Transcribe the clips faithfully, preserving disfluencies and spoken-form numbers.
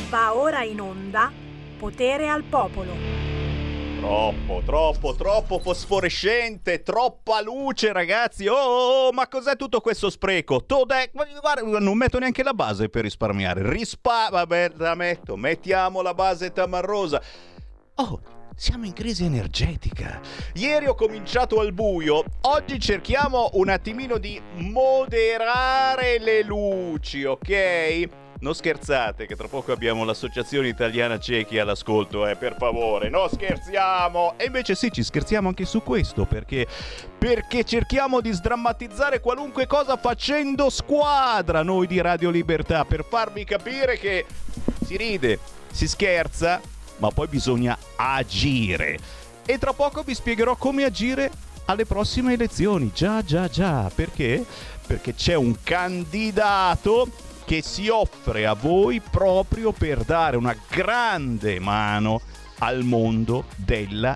Va ora in onda Potere al Popolo. Troppo, troppo, troppo fosforescente, troppa luce, ragazzi. Oh, oh, oh, ma cos'è tutto questo spreco? Todè, guarda, non metto neanche la base per risparmiare. Rispa, vabbè, la metto. Mettiamo la base tamarrosa. Oh, siamo in crisi energetica. Ieri ho cominciato al buio, oggi cerchiamo un attimino di moderare le luci, ok? Non scherzate che tra poco abbiamo l'associazione italiana ciechi all'ascolto, eh, per favore, non scherziamo! E invece sì, ci scherziamo anche su questo, perché perché cerchiamo di sdrammatizzare qualunque cosa facendo squadra noi di Radio Libertà, per farvi capire che si ride, si scherza, ma poi bisogna agire. E tra poco vi spiegherò come agire alle prossime elezioni. Già, già, già. Perché? Perché c'è un candidato che si offre a voi proprio per dare una grande mano al mondo della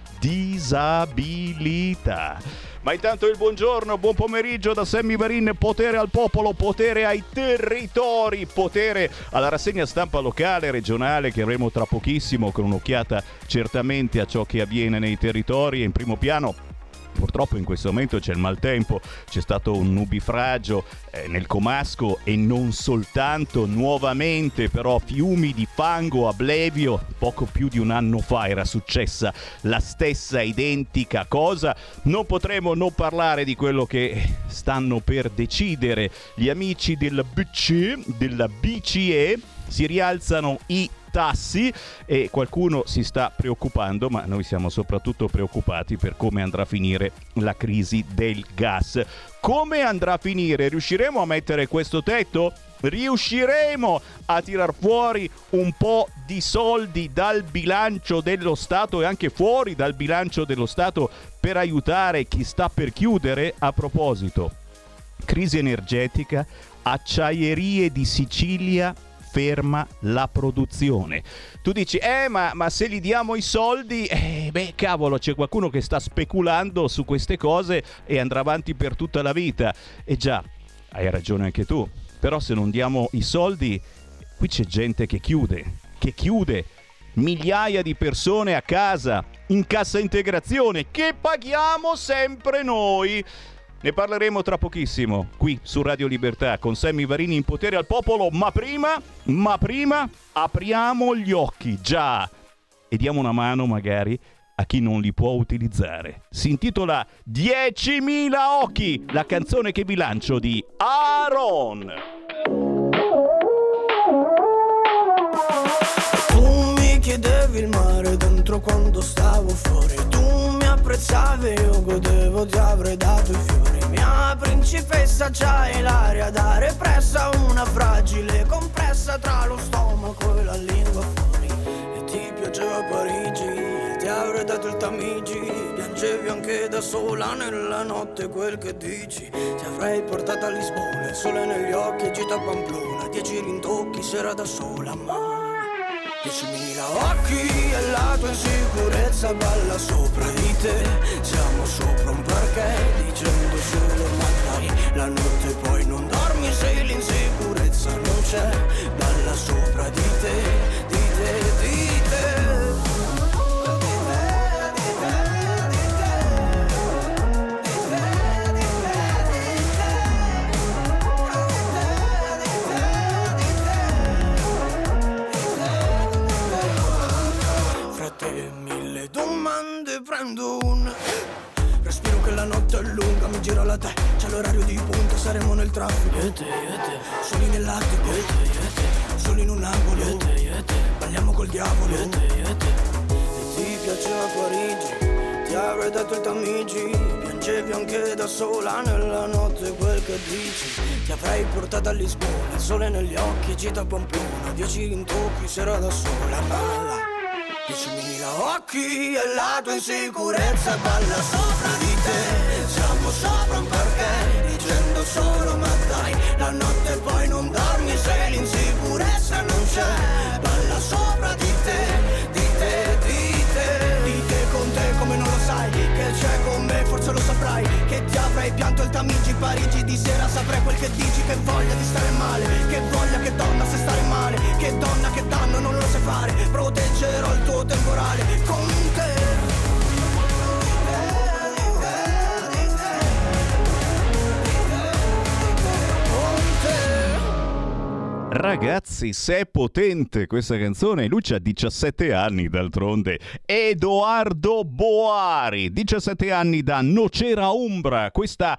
disabilità. Ma intanto il buongiorno, buon pomeriggio da Sammy Varin. Potere al popolo, potere ai territori, potere alla rassegna stampa locale, regionale, che avremo tra pochissimo, con un'occhiata certamente a ciò che avviene nei territori. E in primo piano, purtroppo in questo momento c'è il maltempo, c'è stato un nubifragio eh, nel Comasco e non soltanto, nuovamente però fiumi di fango a Blevio. Poco più di un anno fa era successa la stessa identica cosa. Non potremo non parlare di quello che stanno per decidere gli amici del B C E, della B C E. Si rialzano i tassi e qualcuno si sta preoccupando, ma noi siamo soprattutto preoccupati per come andrà a finire la crisi del gas. Come andrà a finire? Riusciremo a mettere questo tetto? Riusciremo a tirar fuori un po' di soldi dal bilancio dello Stato e anche fuori dal bilancio dello Stato per aiutare chi sta per chiudere? A proposito, crisi energetica, Acciaierie di Sicilia ferma la produzione. Tu dici, eh ma, ma se gli diamo i soldi, eh, beh cavolo, c'è qualcuno che sta speculando su queste cose e andrà avanti per tutta la vita. E già, hai ragione anche tu, però se non diamo i soldi, qui c'è gente che chiude, che chiude, migliaia di persone a casa, in cassa integrazione, che paghiamo sempre noi. Ne parleremo tra pochissimo, qui su Radio Libertà, con Sammy Varini in Potere al Popolo, ma prima, ma prima, apriamo gli occhi, già, e diamo una mano magari a chi non li può utilizzare. Si intitola diecimila occhi, la canzone che vi lancio di Aaron. Tu mi chiedevi il mare dentro quando stavo fuori, tu mi apprezzavi, io godevo, ti avrei dato i fiori. Mia principessa, c'hai l'aria da repressa, una fragile compressa tra lo stomaco e la lingua fuori. E ti piaceva Parigi, e ti avrei dato il Tamigi, piangevi anche da sola nella notte quel che dici. Ti avrei portata a Lisbona, il sole negli occhi e gita a Pamplona, dieci rintocchi sera da sola, ma diecimila occhi e la tua insicurezza balla sopra di te. Siamo sopra un parquet dicendo solo ma dai, la notte poi non dormi se l'insicurezza non c'è. Balla sopra di te, di te, di te. Mille domande, prendo un respiro che la notte è lunga, mi gira la te, c'è l'orario di punta, saremo nel traffico. E te, e te, soli nell'attico. E te, e te, soli in un angolo. E te, e te, balliamo col diavolo. E te, e te, e ti piaceva Parigi, ti avrei dato il Tamigi, piangevi anche da sola nella notte quel che dici. Ti avrei portato a Lisbona, il sole negli occhi, gita a Pamplona, dieci rintocchi sera da sola, balla. Diecimila occhi e la tua insicurezza balla sopra di te. Siamo sopra un parquet dicendo solo ma dai, la notte poi non dormi se l'insicurezza non c'è. Balla sopra di te, di te, di te, di te con te come non lo sai, che c'è con me forse lo saprai, che ti avrei pianto il Tamigi, Parigi di sera saprei quel che dici, che voglia di stare male, che voglia, che donna se stare male, che donna, che danno non lo Ragazzi, se è potente questa canzone, lui c'ha diciassette anni d'altronde. Edoardo Boari, diciassette anni da Nocera Umbra, questa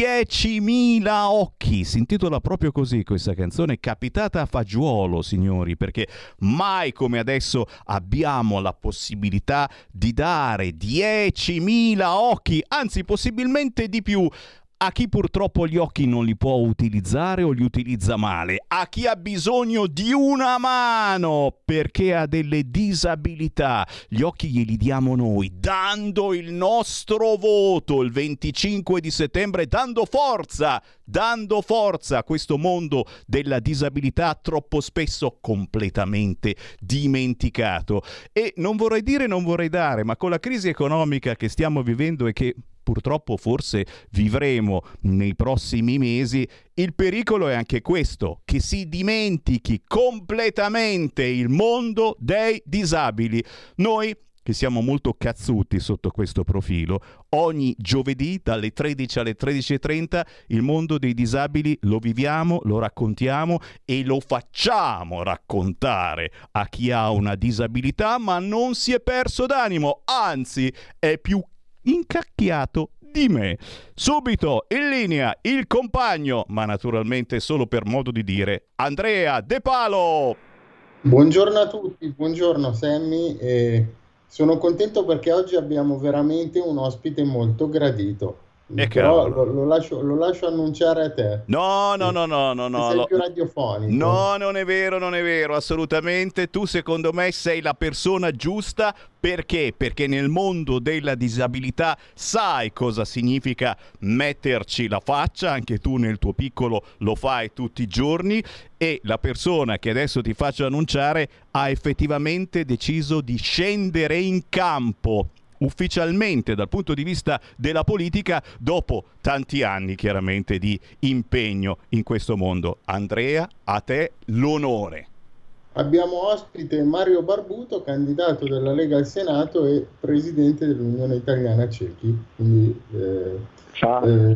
diecimila occhi, si intitola proprio così questa canzone, capitata a fagiolo, signori, perché mai come adesso abbiamo la possibilità di dare diecimila occhi, anzi possibilmente di più, a chi purtroppo gli occhi non li può utilizzare o li utilizza male, a chi ha bisogno di una mano perché ha delle disabilità. Gli occhi glieli diamo noi, dando il nostro voto il venticinque di settembre, dando forza, dando forza a questo mondo della disabilità troppo spesso completamente dimenticato. E non vorrei dire, non vorrei dare, ma con la crisi economica che stiamo vivendo e che purtroppo forse vivremo nei prossimi mesi, il pericolo è anche questo, che si dimentichi completamente il mondo dei disabili. Noi, che siamo molto cazzuti sotto questo profilo, ogni giovedì dalle tredici alle tredici e trenta il mondo dei disabili lo viviamo, lo raccontiamo e lo facciamo raccontare a chi ha una disabilità ma non si è perso d'animo, anzi è più incacchiato di me. Subito in linea il compagno, ma naturalmente solo per modo di dire, Andrea De Palo. Buongiorno a tutti, buongiorno Sammy, e sono contento perché oggi abbiamo veramente un ospite molto gradito. E Però cavolo. lo, lo lascio, lo lascio annunciare a te. No, no, no, no, no, no. Sei lo- più radiofonico. No, non è vero, non è vero, assolutamente. Tu secondo me sei la persona giusta. Perché? Perché nel mondo della disabilità sai cosa significa metterci la faccia, anche tu nel tuo piccolo lo fai tutti i giorni, e la persona che adesso ti faccio annunciare ha effettivamente deciso di scendere in campo ufficialmente dal punto di vista della politica dopo tanti anni chiaramente di impegno in questo mondo. Andrea, a te l'onore. Abbiamo ospite Mario Barbuto, candidato della Lega al Senato e presidente dell'Unione Italiana Cechi. Quindi, eh, Ciao. eh,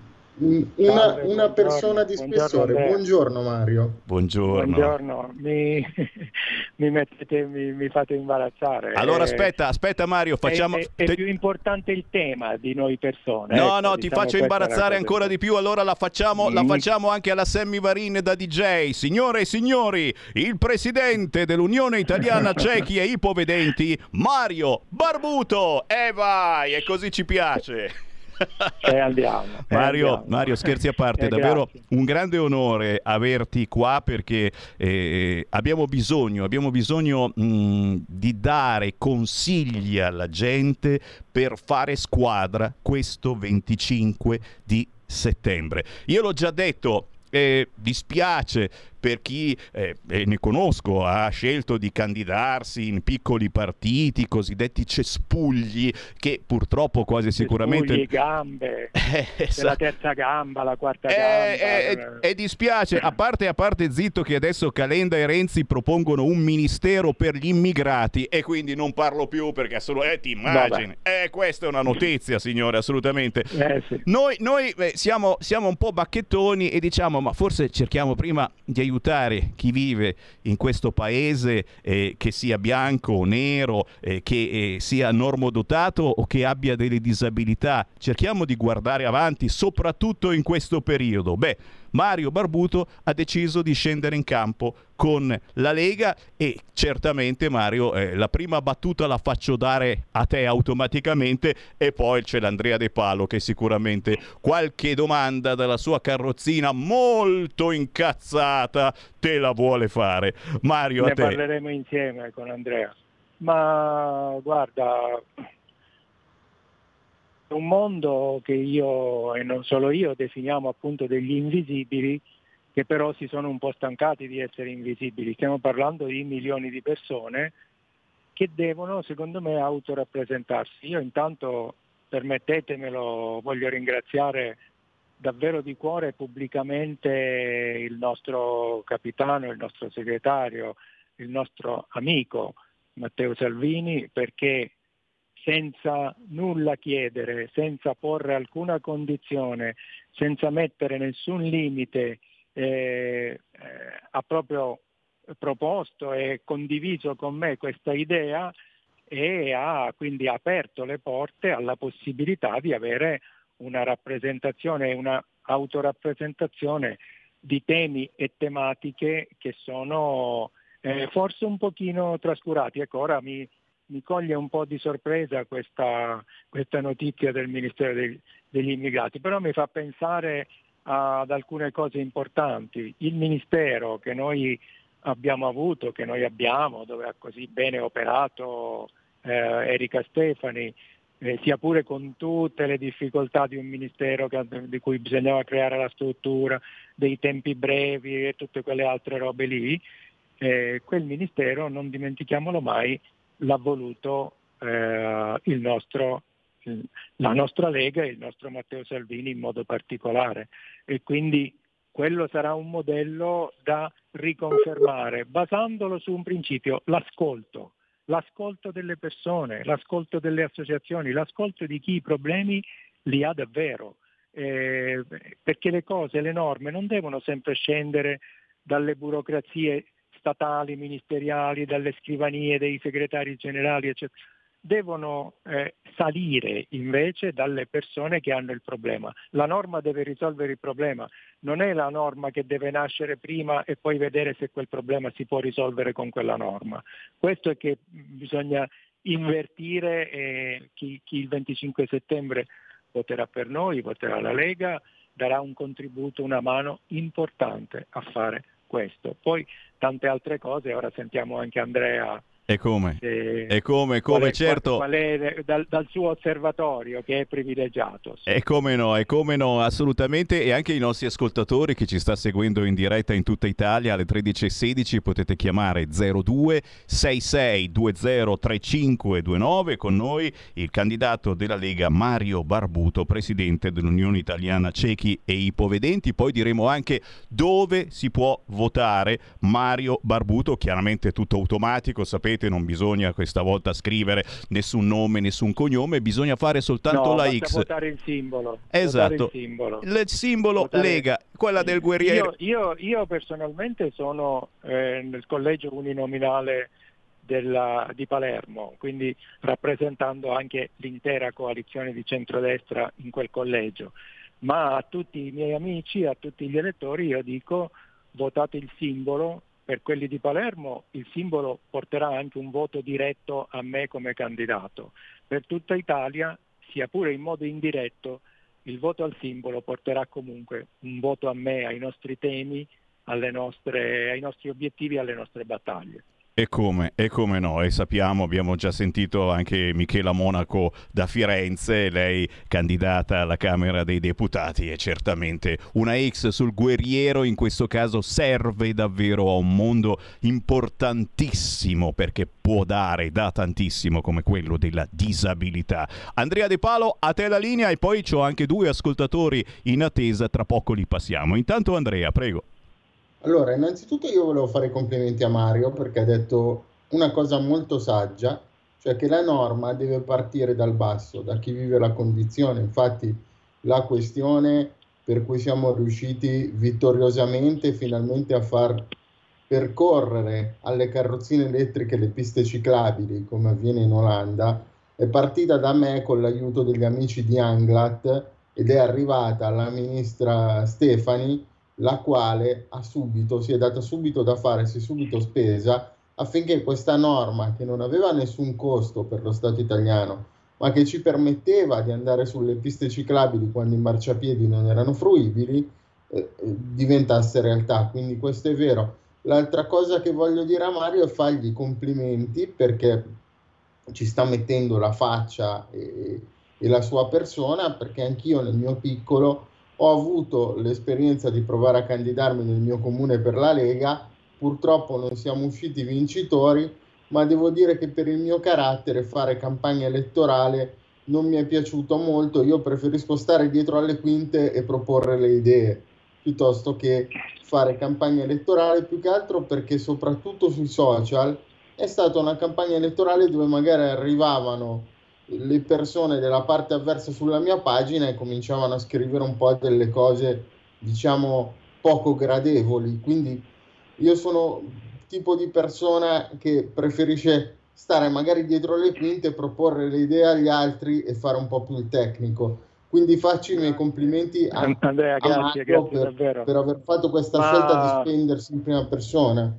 un- una, Salve, una buongiorno, persona di buongiorno, spessore. Andrea. Buongiorno Mario. Buongiorno. Buongiorno, mi, mi, mettete, mi, mi fate imbarazzare. Allora Eh, aspetta, aspetta Mario, facciamo... È, è- è te- più importante il tema di noi persone. No, ecco, no, ti diciamo, faccio questa è la imbarazzare cosa ancora di importante. più, allora la facciamo, la Mm. facciamo anche alla Sammy Varin da D J. Signore e signori, il presidente dell'Unione Italiana Cechi e Ipovedenti, Mario Barbuto. E vai, e così ci piace. E andiamo. e Mario, andiamo. Mario, scherzi a parte, Eh, davvero grazie. un grande onore averti qua perché eh, abbiamo bisogno, abbiamo bisogno mh, di dare consigli alla gente per fare squadra questo venticinque di settembre. Io l'ho già detto, eh, dispiace per chi, eh, e ne conosco, ha scelto di candidarsi in piccoli partiti, cosiddetti cespugli, che purtroppo quasi sicuramente... Cespugli, gambe, Eh, c'è sa- la terza gamba, la quarta eh, gamba. eh, eh, e dispiace, a parte, a parte zitto che adesso Calenda e Renzi propongono un ministero per gli immigrati e quindi non parlo più perché solo, eh, ti immagini. Eh, questa è una notizia, signore, assolutamente. Eh, sì. Noi, noi eh, siamo, siamo un po' bacchettoni e diciamo, ma forse cerchiamo prima di aiutare chi vive in questo paese, eh, che sia bianco o nero, eh, che eh, sia normodotato o che abbia delle disabilità. Cerchiamo di guardare avanti, soprattutto in questo periodo. Beh, Mario Barbuto ha deciso di scendere in campo con la Lega e certamente Mario eh, la prima battuta la faccio dare a te automaticamente e poi c'è l'Andrea De Palo che sicuramente qualche domanda dalla sua carrozzina molto incazzata te la vuole fare. Mario, a Ne te. parleremo insieme con Andrea. Ma guarda, è un mondo che io e non solo io definiamo appunto degli invisibili, che però si sono un po' stancati di essere invisibili. Stiamo parlando di milioni di persone che devono, secondo me, autorappresentarsi. Io intanto, permettetemelo, voglio ringraziare davvero di cuore pubblicamente il nostro capitano, il nostro segretario, il nostro amico Matteo Salvini, perché senza nulla chiedere, senza porre alcuna condizione, senza mettere nessun limite, eh, eh, ha ha proprio proposto e condiviso con me questa idea e ha quindi aperto le porte alla possibilità di avere una rappresentazione, una autorappresentazione di temi e tematiche che sono eh, forse un pochino trascurati. Ecco, ora mi, mi coglie un po' di sorpresa questa, questa notizia del Ministero dei, degli Immigrati, però mi fa pensare ad alcune cose importanti. Il Ministero che noi abbiamo avuto, che noi abbiamo, dove ha così bene operato eh, Erika Stefani, eh, sia pure con tutte le difficoltà di un ministero che, di cui bisognava creare la struttura, dei tempi brevi e tutte quelle altre robe lì, eh, quel ministero, non dimentichiamolo mai, l'ha voluto eh, il nostro, la nostra Lega e il nostro Matteo Salvini in modo particolare, e quindi quello sarà un modello da riconfermare, basandolo su un principio: l'ascolto, l'ascolto delle persone, l'ascolto delle associazioni, l'ascolto di chi i problemi li ha davvero, eh, perché le cose, le norme non devono sempre scendere dalle burocrazie statali, ministeriali, dalle scrivanie dei segretari generali, eccetera. Devono eh, salire invece dalle persone che hanno il problema. La norma deve risolvere il problema, non è la norma che deve nascere prima e poi vedere se quel problema si può risolvere con quella norma. Questo è che bisogna invertire, e chi, chi il venticinque settembre voterà per noi, voterà la Lega, darà un contributo, una mano importante a fare questo. Poi tante altre cose, ora sentiamo anche Andrea. E come? E e come, come qual è, certo. Qual è, dal, dal suo osservatorio che è privilegiato. Sì. E come no, e come no, assolutamente. E anche i nostri ascoltatori che ci sta seguendo in diretta in tutta Italia alle tredici e sedici potete chiamare zero due sei sei due zero tre cinque due nove con noi il candidato della Lega Mario Barbuto, presidente dell'Unione Italiana Ciechi e Ipovedenti. Poi diremo anche dove si può votare Mario Barbuto, chiaramente tutto automatico, sapete, non bisogna questa volta scrivere nessun nome, nessun cognome, bisogna fare soltanto no, la basta X. votare il simbolo. Esatto, il simbolo, il simbolo votare... Lega, quella del guerriero. Io, io, io personalmente sono eh, nel collegio uninominale della, di Palermo, quindi rappresentando anche l'intera coalizione di centrodestra in quel collegio, ma a tutti i miei amici, a tutti gli elettori io dico: votate il simbolo. Per quelli di Palermo il simbolo porterà anche un voto diretto a me come candidato. Per tutta Italia, sia pure in modo indiretto, il voto al simbolo porterà comunque un voto a me, ai nostri temi, alle nostre, ai nostri obiettivi, alle nostre battaglie. E come, e come no, e sappiamo, abbiamo già sentito anche Michela Monaco da Firenze, lei candidata alla Camera dei Deputati, e certamente una X sul guerriero in questo caso serve davvero a un mondo importantissimo, perché può dare, dà tantissimo, come quello della disabilità. Andrea De Palo, a te la linea, e poi c'ho anche due ascoltatori in attesa, tra poco li passiamo. Intanto Andrea, prego. Allora, innanzitutto io volevo fare i complimenti a Mario perché ha detto una cosa molto saggia, cioè che la norma deve partire dal basso, da chi vive la condizione. Infatti la questione per cui siamo riusciti vittoriosamente finalmente a far percorrere alle carrozzine elettriche le piste ciclabili, come avviene in Olanda, è partita da me con l'aiuto degli amici di Anglat ed è arrivata alla ministra Stefani, la quale ha subito, si è data subito da fare, si è subito spesa affinché questa norma, che non aveva nessun costo per lo Stato italiano, ma che ci permetteva di andare sulle piste ciclabili quando i marciapiedi non erano fruibili, eh, diventasse realtà. Quindi questo è vero. L'altra cosa che voglio dire a Mario è fargli i complimenti perché ci sta mettendo la faccia e, e la sua persona, perché anch'io nel mio piccolo ho avuto l'esperienza di provare a candidarmi nel mio comune per la Lega, purtroppo non siamo usciti vincitori, ma devo dire che per il mio carattere fare campagna elettorale non mi è piaciuto molto. Io preferisco stare dietro alle quinte e proporre le idee, piuttosto che fare campagna elettorale, più che altro perché soprattutto sui social è stata una campagna elettorale dove magari arrivavano le persone della parte avversa sulla mia pagina e cominciavano a scrivere un po' delle cose, diciamo, poco gradevoli. Quindi io sono tipo di persona che preferisce stare magari dietro le quinte, proporre le idee agli altri e fare un po' più il tecnico. Quindi faccio i miei complimenti a, Andrea, a grazie, Mario grazie per, davvero. per aver fatto questa Ma scelta di spendersi in prima persona.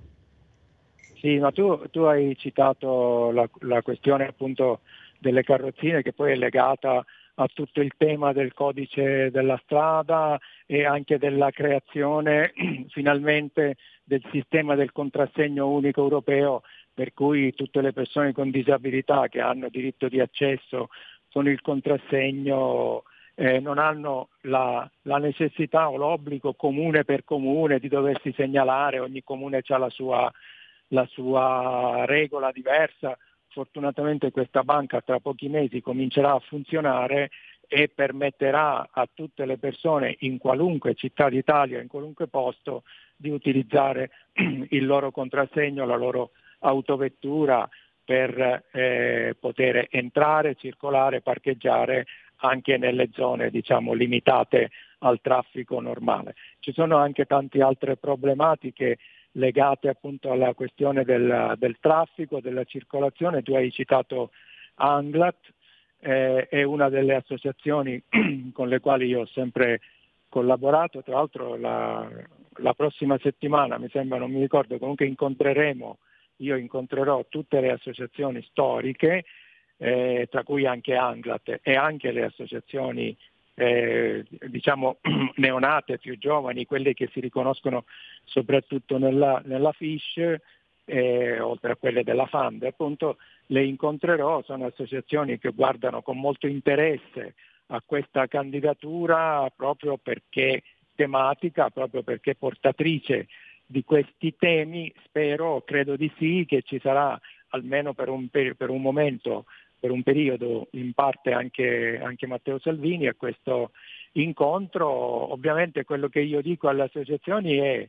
sì, ma tu, tu hai citato la, la questione appunto delle carrozzine, che poi è legata a tutto il tema del codice della strada e anche della creazione finalmente del sistema del contrassegno unico europeo, per cui tutte le persone con disabilità che hanno diritto di accesso con il contrassegno eh, non hanno la, la necessità o l'obbligo comune per comune di doversi segnalare, ogni comune ha la sua, la sua regola diversa. Fortunatamente questa banca tra pochi mesi comincerà a funzionare e permetterà a tutte le persone in qualunque città d'Italia, in qualunque posto, di utilizzare il loro contrassegno, la loro autovettura per eh, poter entrare, circolare, parcheggiare anche nelle zone, diciamo, limitate al traffico normale. Ci sono anche tante altre problematiche legate appunto alla questione del, del traffico, della circolazione. Tu hai citato Anglat, eh, è una delle associazioni con le quali io ho sempre collaborato. Tra l'altro la, la prossima settimana, mi sembra, non mi ricordo, comunque incontreremo, io incontrerò tutte le associazioni storiche, eh, tra cui anche Anglat e anche le associazioni Eh, diciamo neonate, più giovani, quelle che si riconoscono soprattutto nella, nella Fish, eh, oltre a quelle della Fund, appunto le incontrerò. Sono associazioni che guardano con molto interesse a questa candidatura proprio perché tematica, proprio perché portatrice di questi temi. Spero, credo di sì, che ci sarà almeno per un, per, per un momento, per un periodo, in parte anche, anche Matteo Salvini a questo incontro. Ovviamente quello che io dico alle associazioni è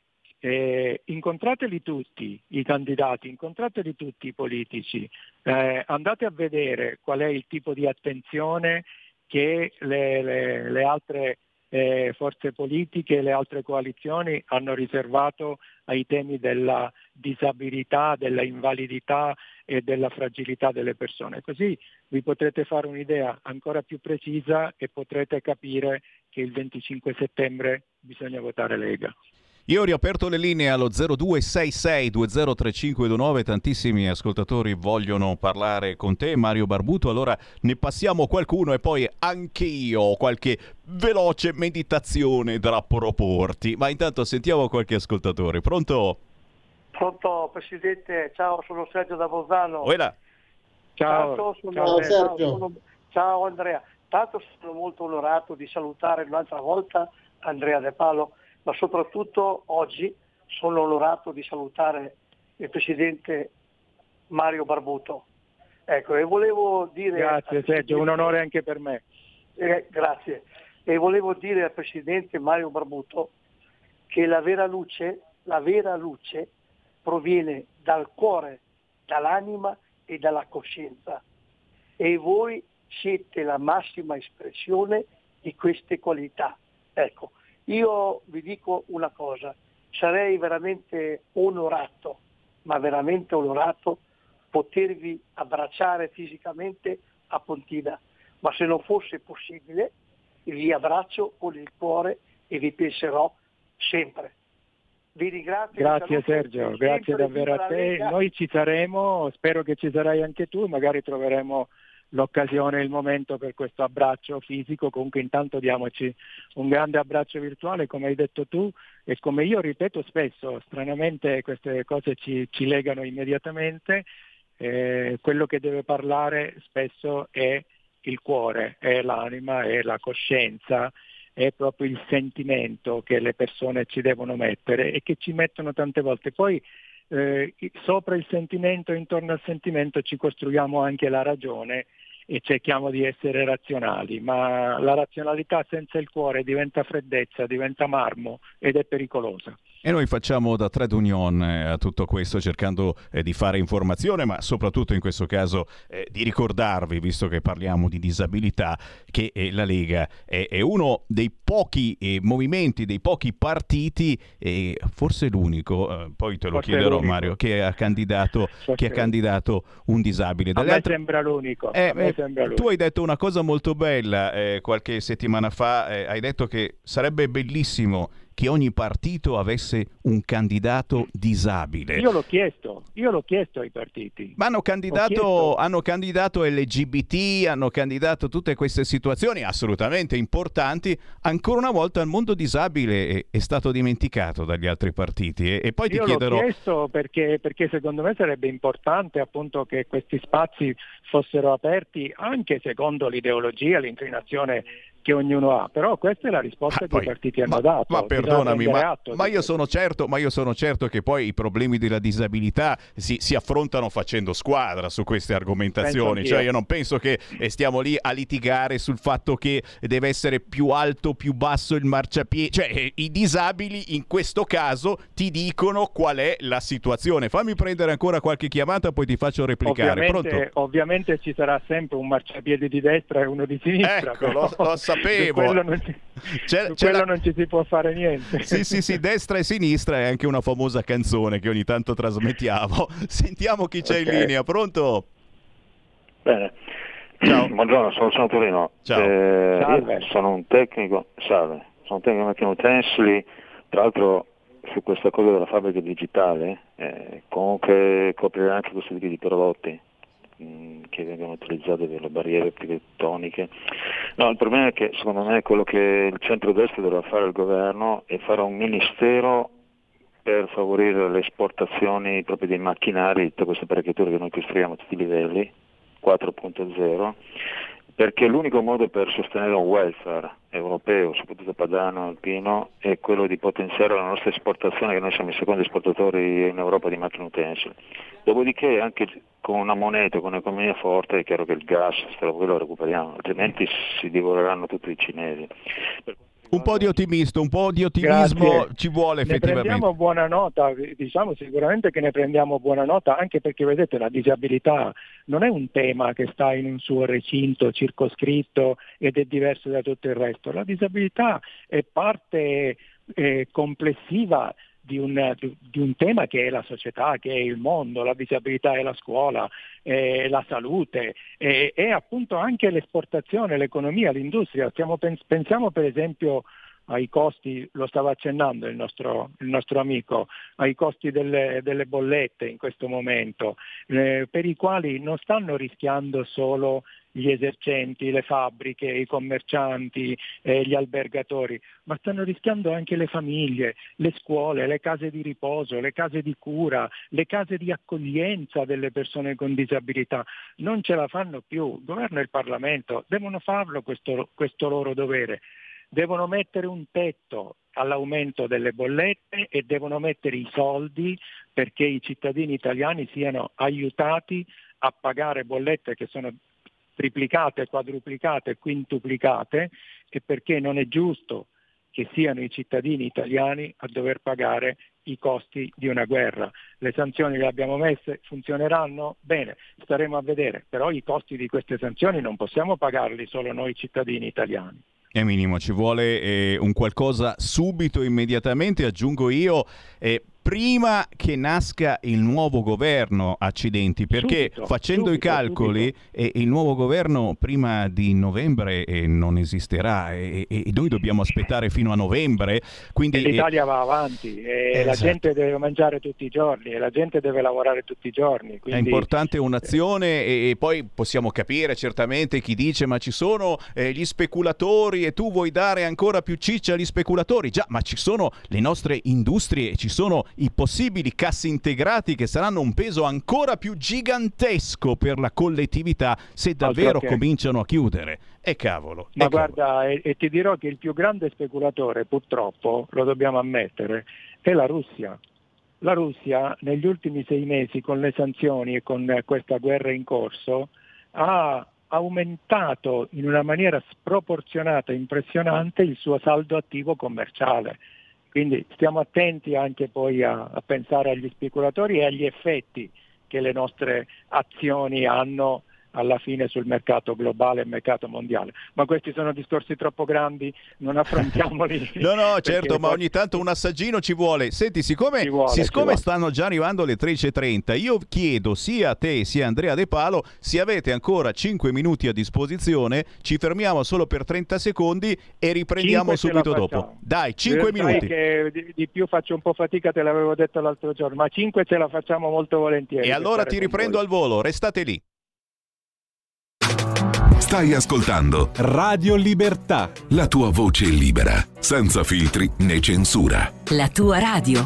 eh, incontrateli tutti i candidati, incontrateli tutti i politici, eh, andate a vedere qual è il tipo di attenzione che le, le, le altre eh, forze politiche, le altre coalizioni hanno riservato ai temi della disabilità, della invalidità e della fragilità delle persone. Così vi potrete fare un'idea ancora più precisa e potrete capire che il venticinque settembre bisogna votare Lega. Io ho riaperto le linee allo zero due sei sei due zero tre cinque due nove, tantissimi ascoltatori vogliono parlare con te, Mario Barbuto, allora ne passiamo qualcuno e poi anche io ho qualche veloce meditazione da proporti, ma intanto sentiamo qualche ascoltatore. Pronto? Pronto Presidente, ciao, sono Sergio da Bolzano. Uela. Ciao, Tanto sono, ciao, eh, Sergio. sono, ciao Andrea, tanto sono molto onorato di salutare un'altra volta Andrea De Palo, ma soprattutto oggi sono onorato di salutare il Presidente Mario Barbuto. Ecco, e volevo dire... Grazie Sergio, un onore anche per me. Eh, grazie. E volevo dire al Presidente Mario Barbuto che la vera luce, la vera luce proviene dal cuore, dall'anima e dalla coscienza. E voi siete la massima espressione di queste qualità. Ecco, io vi dico una cosa, sarei veramente onorato, ma veramente onorato, potervi abbracciare fisicamente a Pontina, ma se non fosse possibile vi abbraccio con il cuore e vi penserò sempre. Vi ringrazio. Grazie Sergio, grazie davvero a te. Noi ci saremo, spero che ci sarai anche tu, magari troveremo l'occasione, il momento per questo abbraccio fisico. Comunque intanto diamoci un grande abbraccio virtuale, come hai detto tu, e come io ripeto spesso, stranamente queste cose ci, ci legano immediatamente. Eh, quello che deve parlare spesso è il cuore, è l'anima, è la coscienza, è proprio il sentimento che le persone ci devono mettere e che ci mettono tante volte. Poi eh, sopra il sentimento, intorno al sentimento ci costruiamo anche la ragione e cerchiamo di essere razionali, ma la razionalità senza il cuore diventa freddezza, diventa marmo ed è pericolosa. E noi facciamo da trade union eh, a tutto questo, cercando eh, di fare informazione, ma soprattutto in questo caso eh, di ricordarvi, visto che parliamo di disabilità, che eh, la Lega è, è uno dei pochi eh, movimenti, dei pochi partiti, e forse l'unico, eh, poi te lo Forse chiederò l'unico. Mario, che ha candidato, che ha candidato un disabile. A Dalle me altre... sembra l'unico. Eh, a me eh, sembra tu l'unico. hai detto una cosa molto bella eh, qualche settimana fa, eh, hai detto che sarebbe bellissimo che ogni partito avesse un candidato disabile. Io l'ho chiesto, io l'ho chiesto ai partiti. Ma hanno candidato, chiesto- hanno candidato L G B T, hanno candidato tutte queste situazioni assolutamente importanti. Ancora una volta il mondo disabile è, è stato dimenticato dagli altri partiti. E, e poi ti Io chiederò... l'ho chiesto perché, perché secondo me sarebbe importante appunto che questi spazi fossero aperti anche secondo l'ideologia, l'inclinazione che ognuno ha, però questa è la risposta Ah, che poi, i partiti hanno ma, dato. ma Bisogna perdonami, prendere ma, atto ma di io questo. sono certo, ma io sono certo che poi i problemi della disabilità si, si affrontano facendo squadra su queste argomentazioni. Penso Cioè anch'io. io non penso che eh, stiamo lì a litigare sul fatto che deve essere più alto, più basso il marciapiede. Cioè eh, i disabili in questo caso ti dicono qual è la situazione. Fammi prendere ancora qualche chiamata, poi ti faccio replicare. Ovviamente, Pronto? ovviamente ci sarà sempre un marciapiede di destra e uno di sinistra. Ecco, però lo- lo sapevo. Su quello non ci, C'è- su c'è quello la- non ci si può fare niente. Sì, sì, sì, destra e sinistra è anche una famosa canzone che ogni tanto trasmettiamo. Sentiamo chi c'è Ok. in linea, pronto? Bene, Ciao. buongiorno, sono, sono Torino. Ciao. Eh, Salve. io sono un tecnico, salve, sono un tecnico macchine utensili, tra l'altro su questa cosa della fabbrica digitale, eh, comunque coprirà anche questo tipo di prodotti mh, che vengono utilizzati per le barriere architettoniche. No, il problema è che secondo me quello che il centrodestra dovrà fare il governo è fare un ministero per favorire le esportazioni proprio dei macchinari, di tutte queste apparecchiature che noi costruiamo a tutti i livelli, quattro punto zero, perché l'unico modo per sostenere un welfare europeo, soprattutto padano, alpino, è quello di potenziare la nostra esportazione, che noi siamo i secondi esportatori in Europa di macchine utensili. Dopodiché anche con una moneta, con un'economia forte, è chiaro che il gas, quello lo recuperiamo, altrimenti si divoreranno tutti i cinesi. Per Un po' di ottimista, un po' di ottimismo Grazie. ci vuole Ne effettivamente. prendiamo buona nota, diciamo sicuramente che ne prendiamo buona nota, anche perché vedete la disabilità non è un tema che sta in un suo recinto circoscritto ed è diverso da tutto il resto. La disabilità è parte eh, complessiva di un, di un tema che è la società, che è il mondo. La disabilità è la scuola, è la salute, è, è appunto anche l'esportazione, l'economia, l'industria. Stiamo, pensiamo per esempio ai costi, lo stava accennando il nostro, il nostro amico, ai costi delle, delle bollette in questo momento, eh, per i quali non stanno rischiando solo gli esercenti, le fabbriche, i commercianti, eh, gli albergatori, ma stanno rischiando anche le famiglie, le scuole, le case di riposo, le case di cura, le case di accoglienza delle persone con disabilità. Non ce la fanno più. Il governo e il Parlamento devono farlo questo, questo loro dovere. Devono mettere un tetto all'aumento delle bollette e devono mettere i soldi perché i cittadini italiani siano aiutati a pagare bollette che sono triplicate, quadruplicate, quintuplicate, e perché non è giusto che siano i cittadini italiani a dover pagare i costi di una guerra. Le sanzioni che abbiamo messe funzioneranno? Bene, staremo a vedere, però i costi di queste sanzioni non possiamo pagarli solo noi cittadini italiani. È minimo, ci vuole eh, un qualcosa subito, immediatamente, aggiungo io, eh, prima che nasca il nuovo governo, accidenti, perché Subito, facendo subito, i calcoli eh, il nuovo governo prima di novembre eh, non esisterà e, e, e noi dobbiamo aspettare fino a novembre. Quindi, e l'Italia eh, va avanti e esatto. La gente deve mangiare tutti i giorni e la gente deve lavorare tutti i giorni. Quindi... È importante un'azione e, e poi possiamo capire certamente chi dice ma ci sono eh, gli speculatori e tu vuoi dare ancora più ciccia agli speculatori. Già, ma ci sono le nostre industrie, ci sono i possibili cassi integrati che saranno un peso ancora più gigantesco per la collettività se davvero cominciano a chiudere. E cavolo. Ma e guarda, cavolo. E, e ti dirò che il più grande speculatore, purtroppo, lo dobbiamo ammettere, è la Russia. La Russia negli ultimi sei mesi con le sanzioni e con questa guerra in corso ha aumentato in una maniera sproporzionata e impressionante il suo saldo attivo commerciale. Quindi stiamo attenti anche poi a, a pensare agli speculatori e agli effetti che le nostre azioni hanno alla fine sul mercato globale e mercato mondiale. Ma questi sono discorsi troppo grandi, non affrontiamoli. No, no, certo, ma ogni tanto un assaggino ci vuole. Senti, siccome, Ci vuole, siccome ci stanno già arrivando le tredici e trenta, io chiedo sia a te sia a Andrea De Palo, se avete ancora cinque minuti a disposizione, ci fermiamo solo per trenta secondi e riprendiamo Cinque ce subito la dopo. facciamo. Dai, cinque Sai minuti. che di, di più faccio un po' fatica, te l'avevo detto l'altro giorno, ma cinque ce la facciamo molto volentieri. E allora ti riprendo al volo, restate lì. Stai ascoltando Radio Libertà, la tua voce libera, senza filtri né censura. La tua radio.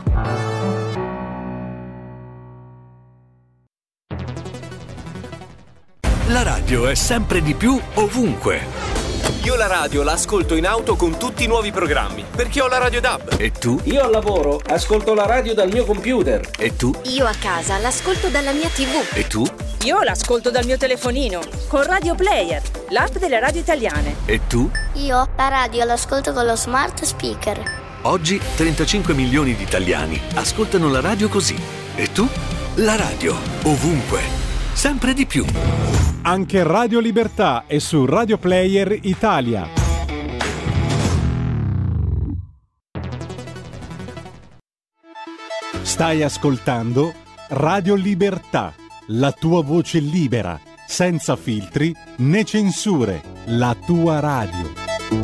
La radio è sempre di più ovunque. Io la radio la ascolto in auto con tutti i nuovi programmi, perché ho la Radio D A B. E tu? Io al lavoro ascolto la radio dal mio computer. E tu? Io a casa l'ascolto dalla mia tivù. E tu? Io l'ascolto dal mio telefonino, con Radio Player, l'app delle radio italiane. E tu? Io la radio l'ascolto con lo smart speaker. Oggi trentacinque milioni di italiani ascoltano la radio così. E tu? La radio, ovunque, sempre di più. Anche Radio Libertà è su Radio Player Italia. Stai ascoltando Radio Libertà, la tua voce libera, senza filtri né censure, la tua radio.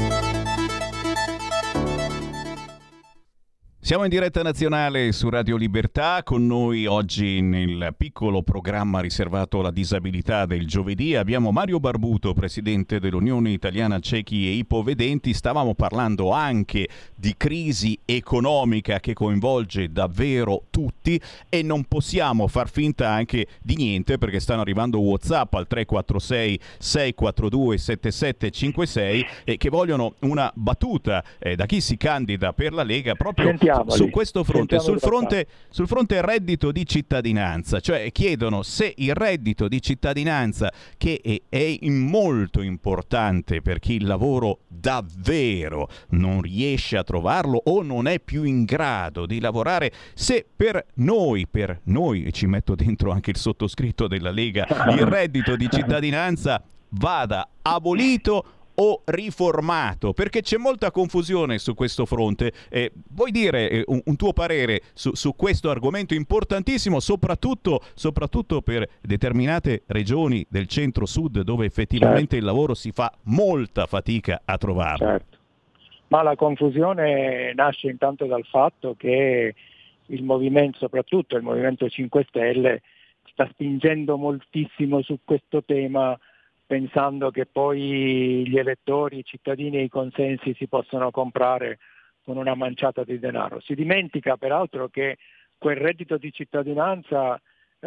Siamo in diretta nazionale su Radio Libertà, con noi oggi nel piccolo programma riservato alla disabilità del giovedì abbiamo Mario Barbuto, presidente dell'Unione Italiana Ciechi e Ipovedenti. Stavamo parlando anche di crisi economica che coinvolge davvero tutti e non possiamo far finta anche di niente, perché stanno arrivando WhatsApp al tre quattro sei sei quattro due sette sette cinque sei e che vogliono una battuta eh, da chi si candida per la Lega proprio Sentiamoli. su questo fronte, sul Sentiamoli fronte, sul fronte reddito di cittadinanza, cioè chiedono se il reddito di cittadinanza, che è, è molto importante per chi il lavoro davvero non riesce a trovarlo o non è più in grado di lavorare, se per noi, per noi, e ci metto dentro anche il sottoscritto della Lega, il reddito di cittadinanza vada abolito o riformato, perché c'è molta confusione su questo fronte. Eh, vuoi dire eh, un, un tuo parere su, su questo argomento importantissimo, soprattutto, soprattutto per determinate regioni del centro-sud dove effettivamente certo. il lavoro si fa molta fatica a trovarlo? Certo. Ma la confusione nasce intanto dal fatto che il movimento, soprattutto il Movimento cinque Stelle, sta spingendo moltissimo su questo tema, pensando che poi gli elettori, i cittadini e i consensi si possono comprare con una manciata di denaro. Si dimentica peraltro che quel reddito di cittadinanza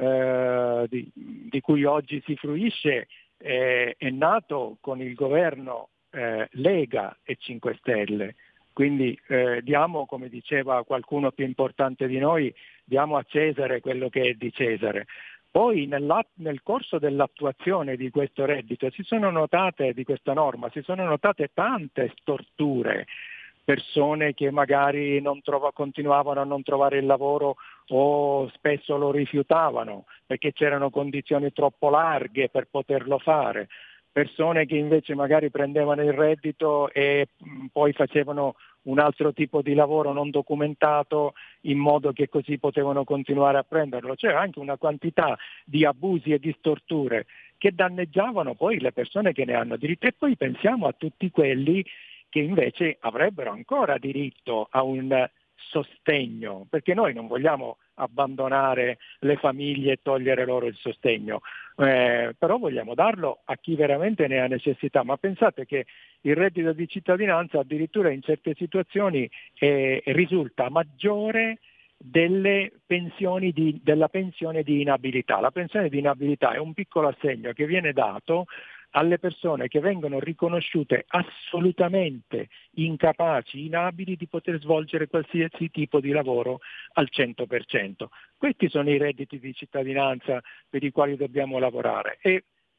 eh, di, di cui oggi si fruisce eh, è nato con il governo eh, Lega e cinque Stelle. Quindi eh, diamo, come diceva qualcuno più importante di noi, diamo a Cesare quello che è di Cesare. Poi nel corso dell'attuazione di questo reddito si sono notate, di questa norma, si sono notate tante storture, persone che magari non trova, continuavano a non trovare il lavoro o spesso lo rifiutavano perché c'erano condizioni troppo larghe per poterlo fare, persone che invece magari prendevano il reddito e poi facevano un altro tipo di lavoro non documentato in modo che così potevano continuare a prenderlo. C'era anche una quantità di abusi e di storture che danneggiavano poi le persone che ne hanno diritto, e poi pensiamo a tutti quelli che invece avrebbero ancora diritto a un sostegno, perché noi non vogliamo abbandonare le famiglie e togliere loro il sostegno, eh, però vogliamo darlo a chi veramente ne ha necessità. Ma pensate che il reddito di cittadinanza addirittura in certe situazioni eh, risulta maggiore delle pensioni di, della pensione di inabilità. La pensione di inabilità è un piccolo assegno che viene dato alle persone che vengono riconosciute assolutamente incapaci, inabili di poter svolgere qualsiasi tipo di lavoro al cento per cento. Questi sono i redditi di cittadinanza per i quali dobbiamo lavorare, e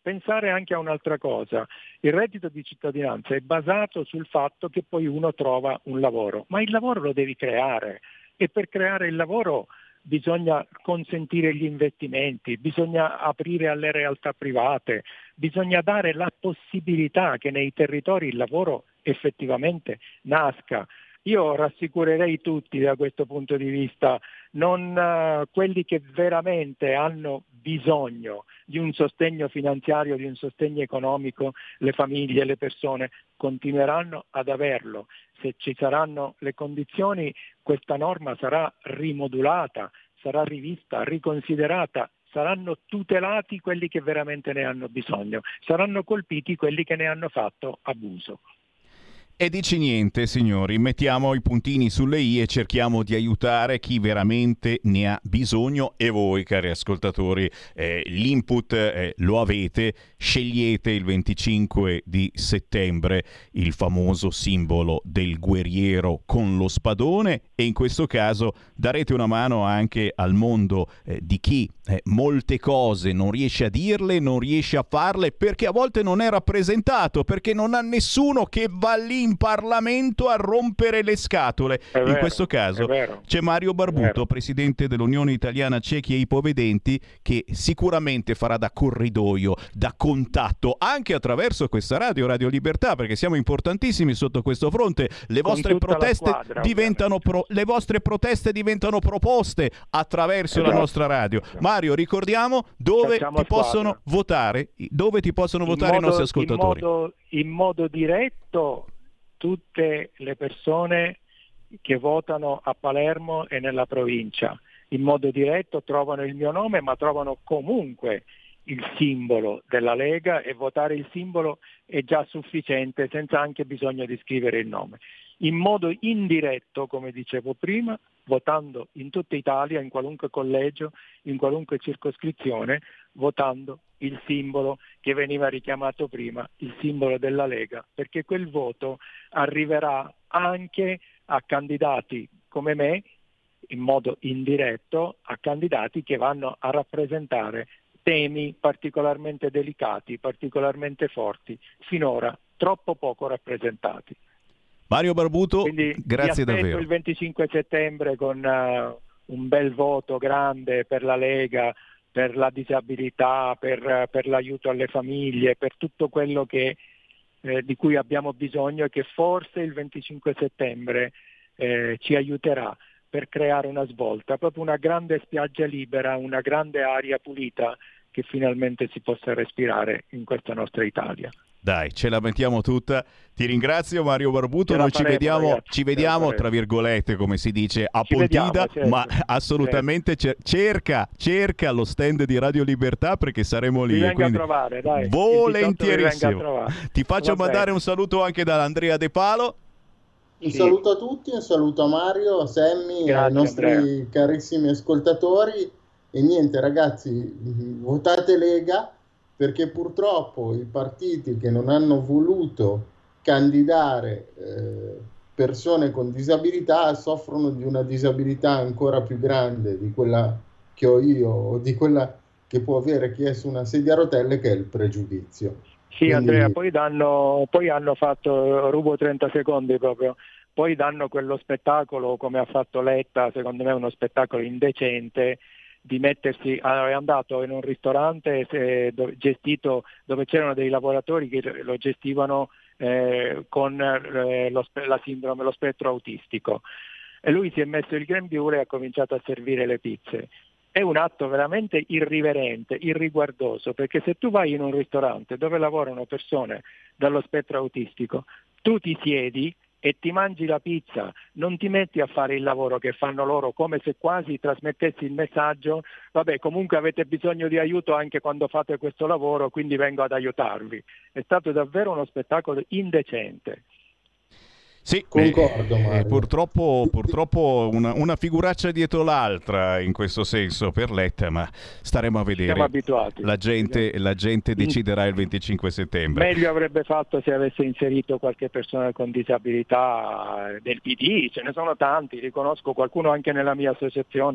pensare anche a un'altra cosa. Il reddito di cittadinanza è basato sul fatto che poi uno trova un lavoro, ma il lavoro lo devi creare e per creare il lavoro bisogna consentire gli investimenti, bisogna aprire alle realtà private, bisogna dare la possibilità che nei territori il lavoro effettivamente nasca. Io rassicurerei tutti da questo punto di vista, non uh, quelli che veramente hanno bisogno di un sostegno finanziario, di un sostegno economico, le famiglie, le persone continueranno ad averlo. Se ci saranno le condizioni, questa norma sarà rimodulata, sarà rivista, riconsiderata, saranno tutelati quelli che veramente ne hanno bisogno, saranno colpiti quelli che ne hanno fatto abuso. E dici niente, signori, mettiamo i puntini sulle i e cerchiamo di aiutare chi veramente ne ha bisogno e voi, cari ascoltatori, eh, l'input eh, lo avete, scegliete il venticinque di settembre il famoso simbolo del guerriero con lo spadone e in questo caso darete una mano anche al mondo eh, di chi eh, molte cose non riesce a dirle, non riesce a farle perché a volte non è rappresentato, perché non ha nessuno che va lì in Parlamento a rompere le scatole. È in vero, questo caso c'è Mario Barbuto, presidente dell'Unione Italiana Ciechi e Ipovedenti, che sicuramente farà da corridoio, da contatto anche attraverso questa radio, Radio Libertà, perché siamo importantissimi sotto questo fronte. Le vostre proteste squadra, diventano pro- le vostre proteste diventano proposte attraverso esatto. la nostra radio. Esatto. Mario, ricordiamo dove Facciamo ti possono squadra. votare, dove ti possono In votare modo, i nostri ascoltatori. In modo, in modo diretto tutte le persone che votano a Palermo e nella provincia. In modo diretto trovano il mio nome, ma trovano comunque il simbolo della Lega e votare il simbolo è già sufficiente senza anche bisogno di scrivere il nome. In modo indiretto, come dicevo prima, votando in tutta Italia, in qualunque collegio, in qualunque circoscrizione, votando il simbolo che veniva richiamato prima, il simbolo della Lega, perché quel voto arriverà anche a candidati come me, in modo indiretto, a candidati che vanno a rappresentare temi particolarmente delicati, particolarmente forti, finora troppo poco rappresentati. Mario Barbuto, Quindi grazie vi aspetto davvero. Il venticinque settembre con uh, un bel voto grande per la Lega, per la disabilità, per, per l'aiuto alle famiglie, per tutto quello che, eh, di cui abbiamo bisogno e che forse il venticinque settembre eh, ci aiuterà per creare una svolta, proprio una grande spiaggia libera, una grande aria pulita che finalmente si possa respirare in questa nostra Italia. Dai, ce la mettiamo tutta. Ti ringrazio Mario Barbuto, Ce la noi ci faremo, vediamo, ragazzi, ci vediamo tra virgolette, come si dice, a Ci Pontida, vediamo, certo, ma assolutamente cer- cerca, cerca lo stand di Radio Libertà perché saremo lì. Vi e venga quindi a trovare, dai. volentierissimo. Ti faccio Va mandare bene. un saluto anche da Andrea De Palo. Un Sì. saluto a tutti, un saluto a Mario, a Sammy, Grazie, ai nostri Andrea. carissimi ascoltatori e niente ragazzi, mh, votate Lega perché purtroppo i partiti che non hanno voluto candidare eh, persone con disabilità soffrono di una disabilità ancora più grande di quella che ho io o di quella che può avere chi è su una sedia a rotelle, che è il pregiudizio. Sì, Quindi- Andrea, poi danno, poi hanno fatto, rubo trenta secondi proprio, poi danno quello spettacolo come ha fatto Letta, secondo me è uno spettacolo indecente, di mettersi, è andato in un ristorante se, dove, gestito dove c'erano dei lavoratori che lo gestivano eh, con eh, lo, la sindrome, lo spettro autistico, e lui si è messo il grembiule e ha cominciato a servire le pizze. È un atto veramente irriverente, irriguardoso, perché se tu vai in un ristorante dove lavorano persone dallo spettro autistico, tu ti siedi e ti mangi la pizza, non ti metti a fare il lavoro che fanno loro, come se quasi trasmettessi il messaggio: vabbè, comunque avete bisogno di aiuto anche quando fate questo lavoro, quindi vengo ad aiutarvi. È stato davvero uno spettacolo indecente. Sì, Concordo, eh, Mario. eh, purtroppo, purtroppo una, una figuraccia dietro l'altra in questo senso per Letta, ma staremo a vedere. Siamo abituati. La gente, la gente deciderà il venticinque settembre. Meglio avrebbe fatto se avesse inserito qualche persona con disabilità del P D, ce ne sono tanti, li conosco, qualcuno anche nella mia associazione,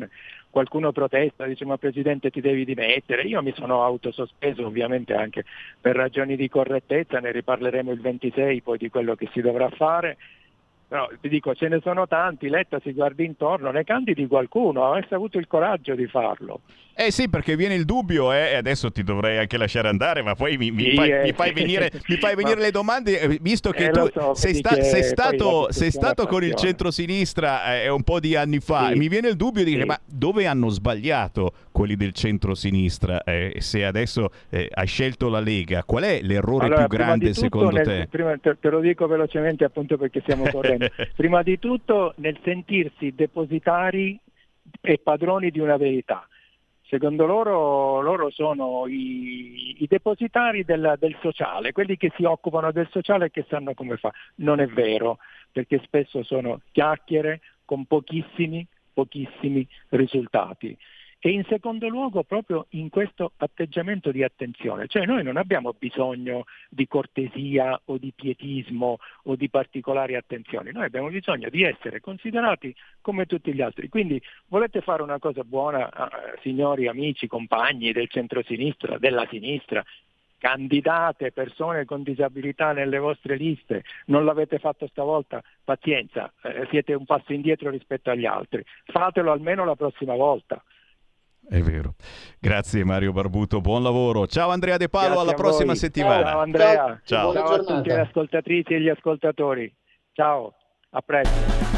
qualcuno protesta, dice ma Presidente ti devi dimettere, io mi sono autosospeso ovviamente anche per ragioni di correttezza, ne riparleremo il ventisei poi di quello che si dovrà fare. No, ti dico, ce ne sono tanti, Letta si guardi intorno, ne candidi qualcuno, avesse avuto il coraggio di farlo. Eh sì, perché viene il dubbio, eh, e adesso ti dovrei anche lasciare andare, ma poi mi, mi, Sì, fai, eh. mi fai venire, mi fai venire Ma- le domande, eh, visto che Eh, tu lo so, sei, vedi sta- che sei poi stato, la sei discussione stato con il appassiona. centrosinistra eh, un po' di anni fa, Sì. e mi viene il dubbio di dire, Sì. ma dove hanno sbagliato quelli del centrosinistra? Eh, se adesso eh, hai scelto la Lega, qual è l'errore Allora, più prima grande di tutto, secondo nel- te? prima te, te lo dico velocemente appunto perché stiamo correndo. Prima di tutto nel sentirsi depositari e padroni di una verità. Secondo loro, loro sono i, i depositari del, del sociale, quelli che si occupano del sociale e che sanno come fa. Non è vero, perché spesso sono chiacchiere con pochissimi, pochissimi risultati. E in secondo luogo proprio in questo atteggiamento di attenzione, cioè noi non abbiamo bisogno di cortesia o di pietismo o di particolari attenzioni, noi abbiamo bisogno di essere considerati come tutti gli altri. Quindi volete fare una cosa buona, eh, signori amici, compagni del centrosinistra, della sinistra, candidate persone con disabilità nelle vostre liste, non l'avete fatto stavolta, pazienza, eh, siete un passo indietro rispetto agli altri, fatelo almeno la prossima volta. È vero. Grazie Mario Barbuto, buon lavoro. Ciao Andrea De Palo, Grazie alla a prossima voi. settimana. Ciao Andrea, Ciao. ciao, Ciao. a tutte le ascoltatrici e gli ascoltatori. Ciao, a presto.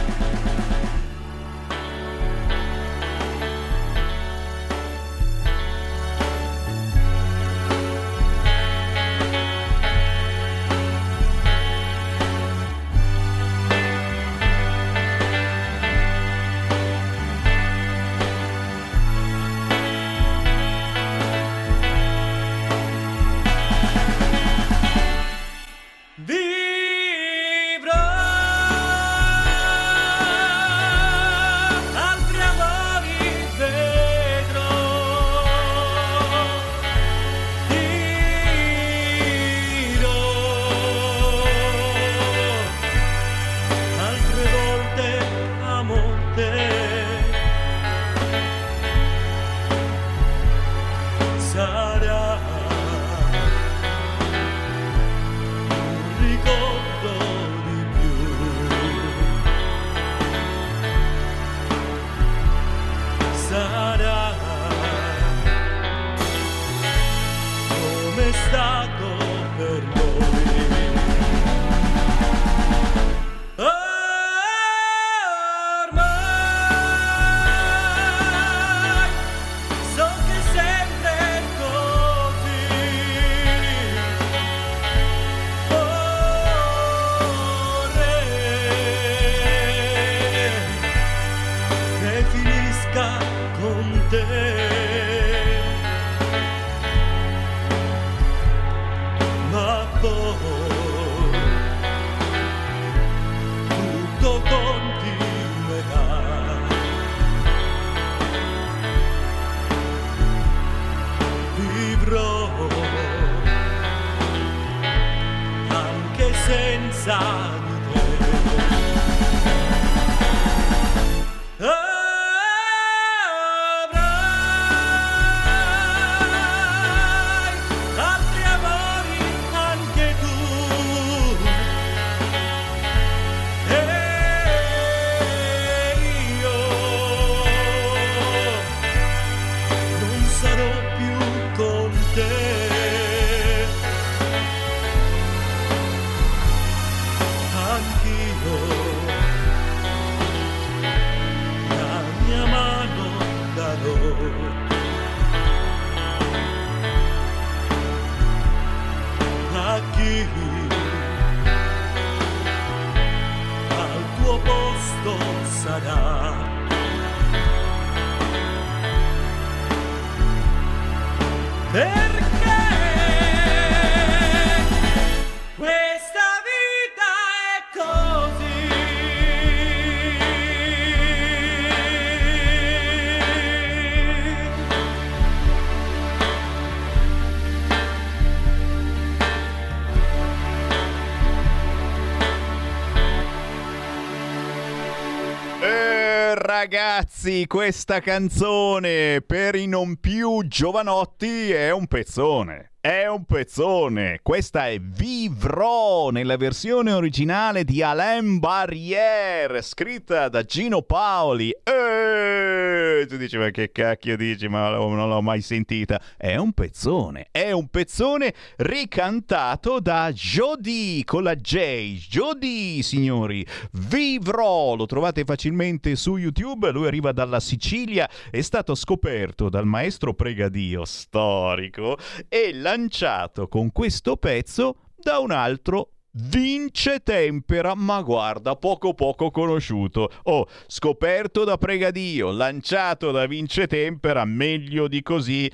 Vivrò altri amori, vedrò, dirò altre volte amo te. Sarà ricordo di più, sarà come è stato per noi. Ormai so che sempre è così. Che finisca con te, ma poi tutto continuerà. Vivrò anche senza di te. Avrai altri amori anche tu, e io non sarò più con te. Anch'io la mia mano darò a chi al tuo posto sarà. Perché questa vita è così. Eh, ragazzi, questa canzone per i non più giovanotti è un pezzone. È un pezzone. Questa è Vivrò nella versione originale di Alain Barrière, scritta da Gino Paoli. E tu dici, ma che cacchio dici? Ma non l'ho mai sentita. È un pezzone. È un pezzone ricantato da Jody con la J. Jody, signori. Vivrò. Lo trovate facilmente su YouTube. Lui arriva dalla Sicilia. È stato scoperto dal maestro Pregadio storico e la lanciato con questo pezzo da un altro Vince Tempera, ma guarda, poco poco conosciuto. Oh, scoperto da Pregadio, lanciato da Vince Tempera, meglio di così.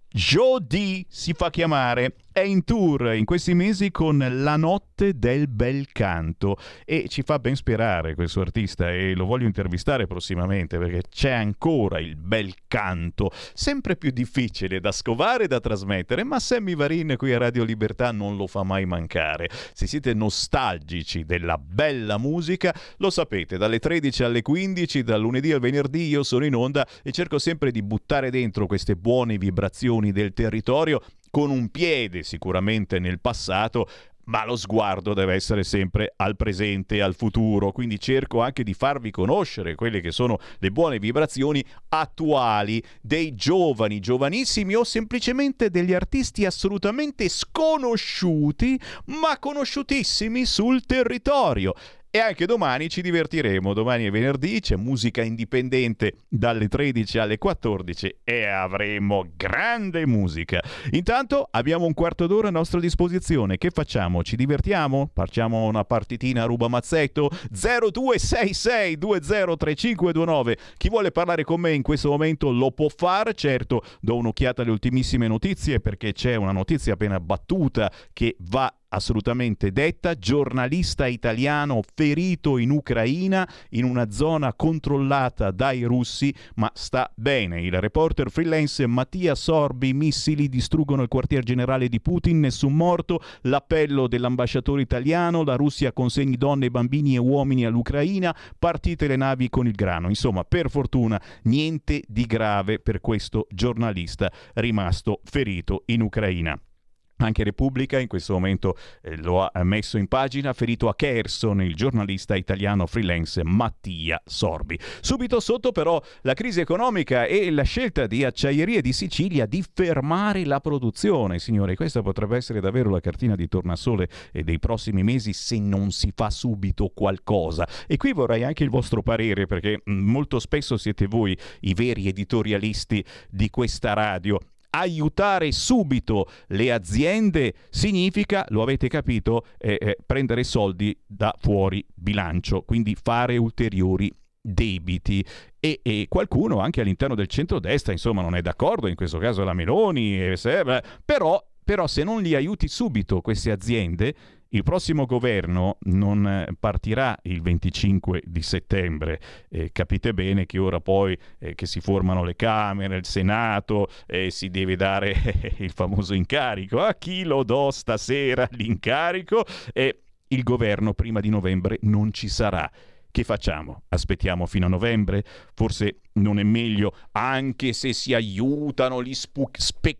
Jody si fa chiamare, è in tour in questi mesi con La Notte del Bel Canto e ci fa ben sperare questo artista e lo voglio intervistare prossimamente perché c'è ancora il bel canto, sempre più difficile da scovare e da trasmettere, ma Sammy Varin qui a Radio Libertà non lo fa mai mancare. Se siete nostalgici della bella musica, lo sapete, dalle tredici alle quindici, dal lunedì al venerdì io sono in onda e cerco sempre di buttare dentro queste buone vibrazioni del territorio con un piede sicuramente nel passato, ma lo sguardo deve essere sempre al presente e al futuro, quindi cerco anche di farvi conoscere quelle che sono le buone vibrazioni attuali dei giovani, giovanissimi o semplicemente degli artisti assolutamente sconosciuti, ma conosciutissimi sul territorio. E anche domani ci divertiremo, domani è venerdì, c'è musica indipendente dalle tredici alle quattordici e avremo grande musica. Intanto abbiamo un quarto d'ora a nostra disposizione, che facciamo? Ci divertiamo? Facciamo una partitina a rubamazzetto? zero due sei sei due zero tre cinque due nove. Chi vuole parlare con me in questo momento lo può fare, certo do un'occhiata alle ultimissime notizie perché c'è una notizia appena battuta che va assolutamente detta. Giornalista italiano ferito in Ucraina in una zona controllata dai russi, ma sta bene. Il reporter freelance Mattia Sorbi: missili distruggono il quartier generale di Putin, nessun morto, l'appello dell'ambasciatore italiano, la Russia consegni donne, bambini e uomini all'Ucraina, partite le navi con il grano. Insomma, per fortuna niente di grave per questo giornalista rimasto ferito in Ucraina. Anche Repubblica in questo momento eh, lo ha messo in pagina, ferito a Kherson il giornalista italiano freelance Mattia Sorbi. Subito sotto però la crisi economica e la scelta di Acciaierie di Sicilia di fermare la produzione. Signori, questa potrebbe essere davvero la cartina di tornasole eh, dei prossimi mesi se non si fa subito qualcosa. E qui vorrei anche il vostro parere perché mh, molto spesso siete voi i veri editorialisti di questa radio. Aiutare subito le aziende significa, lo avete capito, eh, eh, prendere soldi da fuori bilancio, quindi fare ulteriori debiti. E, e qualcuno anche all'interno del centrodestra, insomma, non è d'accordo, in questo caso la Meloni, eh, se, beh, però, però se non li aiuti subito queste aziende, il prossimo governo non partirà il venticinque di settembre. Eh, capite bene che ora poi eh, che si formano le Camere, il Senato, eh, si deve dare il famoso incarico. A chi lo do stasera l'incarico? E il governo prima di novembre non ci sarà. Che facciamo? Aspettiamo fino a novembre? Forse non è meglio, anche se si aiutano gli spu- spe-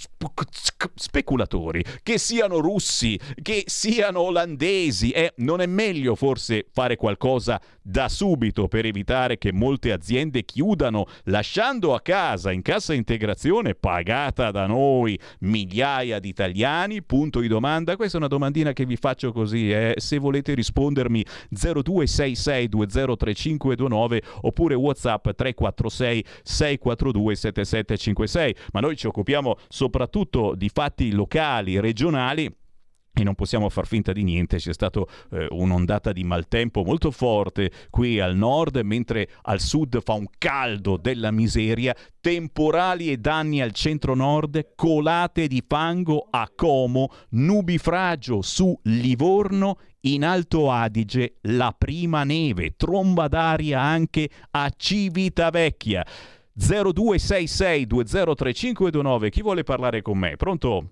spe- speculatori, che siano russi, che siano olandesi, eh, non è meglio forse fare qualcosa da subito per evitare che molte aziende chiudano, lasciando a casa in cassa integrazione pagata da noi migliaia di italiani? Punto di domanda. Questa è una domandina che vi faccio così, eh. Se volete rispondermi zero due sei sei due zero tre cinque due nove oppure WhatsApp tre quattro sei sei quattro due sette sette cinque sei. Ma noi ci occupiamo soprattutto di fatti locali, regionali, e non possiamo far finta di niente. C'è stato eh, un'ondata di maltempo molto forte qui al nord, mentre al sud fa un caldo della miseria, temporali e danni al centro-nord, colate di fango a Como, nubifragio su Livorno, in Alto Adige la prima neve, tromba d'aria anche a Civitavecchia. zero due sei sei due zero tre cinque due nove. Chi vuole parlare con me? Pronto?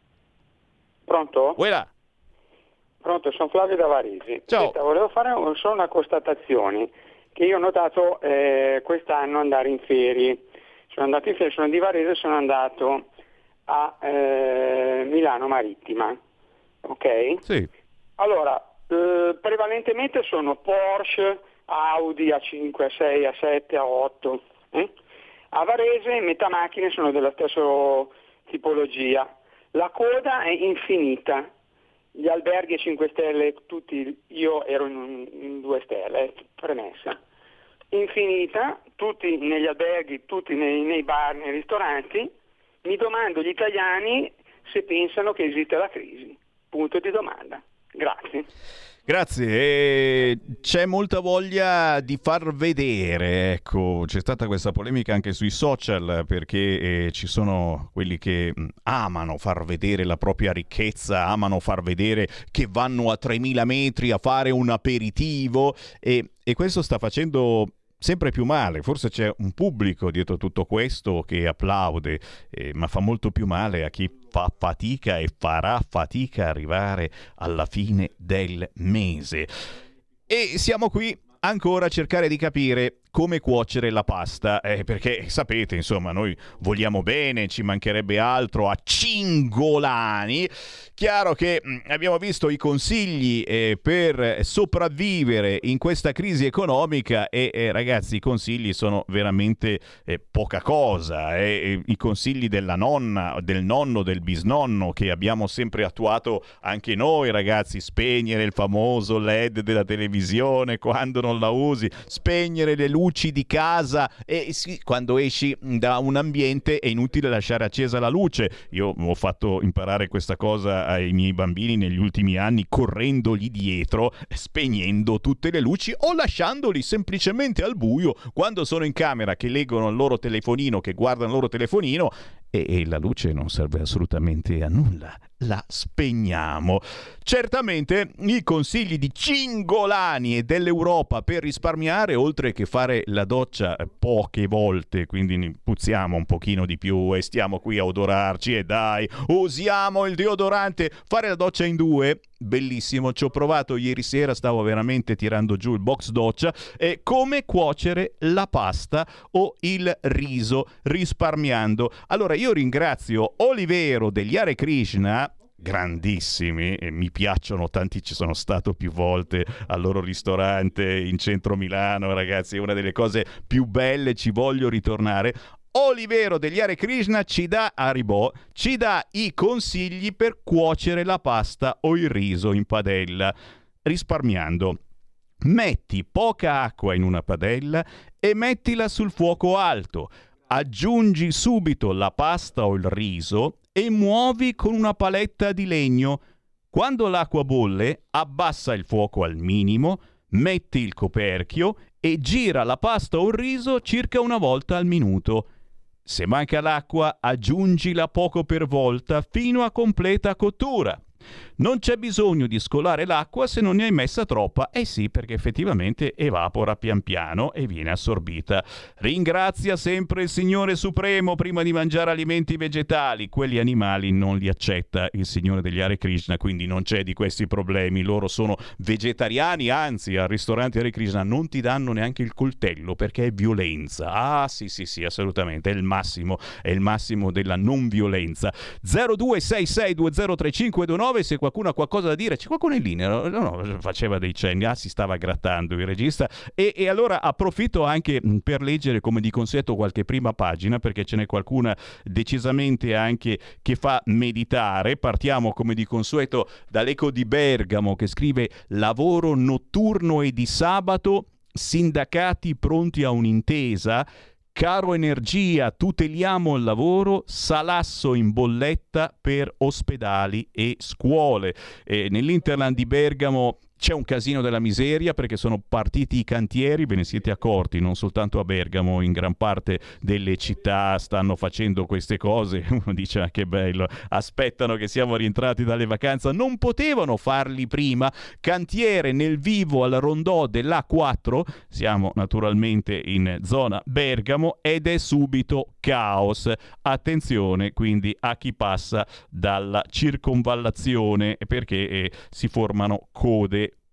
Pronto? Uela. Pronto, sono Flavio da Varese. Ciao. Senta, volevo fare solo una constatazione, che io ho notato eh, quest'anno andare in ferie. Sono andato in ferie, sono di Varese, sono andato a eh, Milano Marittima, ok? Sì. Allora, eh, prevalentemente sono Porsche, Audi A cinque, A sei, A sette, A otto. Eh? A Varese metà macchine sono della stessa tipologia. La coda è infinita. Gli alberghi a cinque stelle, tutti, io ero in, in due stelle, premessa. Infinita, tutti negli alberghi, tutti nei, nei bar, nei ristoranti. Mi domando gli italiani se pensano che esiste la crisi. Punto di domanda. Grazie. Grazie, e c'è molta voglia di far vedere, ecco, c'è stata questa polemica anche sui social perché eh, ci sono quelli che mh, amano far vedere la propria ricchezza, amano far vedere che vanno a tremila metri a fare un aperitivo e, e questo sta facendo sempre più male. Forse c'è un pubblico dietro tutto questo che applaude, eh, ma fa molto più male a chi fa fatica e farà fatica a arrivare alla fine del mese. E siamo qui ancora a cercare di capire come cuocere la pasta, eh, perché sapete, insomma, noi vogliamo bene, ci mancherebbe altro a Cingolani. Chiaro che mh, abbiamo visto i consigli eh, per sopravvivere in questa crisi economica e eh, ragazzi, i consigli sono veramente eh, poca cosa. Eh, i consigli della nonna, del nonno, del bisnonno che abbiamo sempre attuato anche noi, ragazzi: spegnere il famoso L E D della televisione quando non la usi, spegnere le luci luci di casa e sì, quando esci da un ambiente è inutile lasciare accesa la luce. Io ho fatto imparare questa cosa ai miei bambini negli ultimi anni, correndogli dietro, spegnendo tutte le luci o lasciandoli semplicemente al buio quando sono in camera, che leggono il loro telefonino, che guardano il loro telefonino e, e la luce non serve assolutamente a nulla, la spegniamo. Certamente i consigli di Cingolani e dell'Europa per risparmiare, oltre che fare la doccia poche volte, quindi puzziamo un pochino di più e stiamo qui a odorarci e dai, usiamo il deodorante, fare la doccia in due, bellissimo, ci ho provato ieri sera, stavo veramente tirando giù il box doccia. E come cuocere la pasta o il riso risparmiando. Allora io ringrazio Olivero degli Hare Krishna, grandissimi, e mi piacciono tanti, ci sono stato più volte al loro ristorante in centro Milano, ragazzi, è una delle cose più belle, ci voglio ritornare. Olivero degli Hare Krishna ci dà a ribò, ci dà i consigli per cuocere la pasta o il riso in padella risparmiando. Metti poca acqua in una padella e mettila sul fuoco alto. Aggiungi subito la pasta o il riso e muovi con una paletta di legno. Quando l'acqua bolle, abbassa il fuoco al minimo, metti il coperchio e gira la pasta o il riso circa una volta al minuto. Se manca l'acqua, aggiungila poco per volta fino a completa cottura. Non c'è bisogno di scolare l'acqua se non ne hai messa troppa, eh sì, perché effettivamente evapora pian piano e viene assorbita. Ringrazia sempre il Signore Supremo prima di mangiare alimenti vegetali, quelli animali non li accetta il Signore degli Hare Krishna, quindi non c'è di questi problemi, loro sono vegetariani, anzi al ristorante Hare Krishna non ti danno neanche il coltello perché è violenza. Ah sì sì sì, assolutamente, è il massimo, è il massimo della non violenza. zero due sei sei due zero tre cinque due nove, se qualcuno ha qualcosa da dire, c'è qualcuno in linea? No, no, faceva dei cenni, ah, si stava grattando il regista e, e allora approfitto anche per leggere come di consueto qualche prima pagina, perché ce n'è qualcuna decisamente anche che fa meditare. Partiamo come di consueto dall'Eco di Bergamo che scrive: lavoro notturno e di sabato, sindacati pronti a un'intesa. Caro energia, tuteliamo il lavoro, salasso in bolletta per ospedali e scuole. E nell'Interland di Bergamo c'è un casino della miseria perché sono partiti i cantieri, ve ne siete accorti, non soltanto a Bergamo, in gran parte delle città stanno facendo queste cose. Uno dice: ah, che bello, aspettano che siamo rientrati dalle vacanze, non potevano farli prima. Cantiere nel vivo al rondò dell'A quattro, siamo naturalmente in zona Bergamo, ed è subito caos. Attenzione quindi a chi passa dalla circonvallazione perché eh, si formano code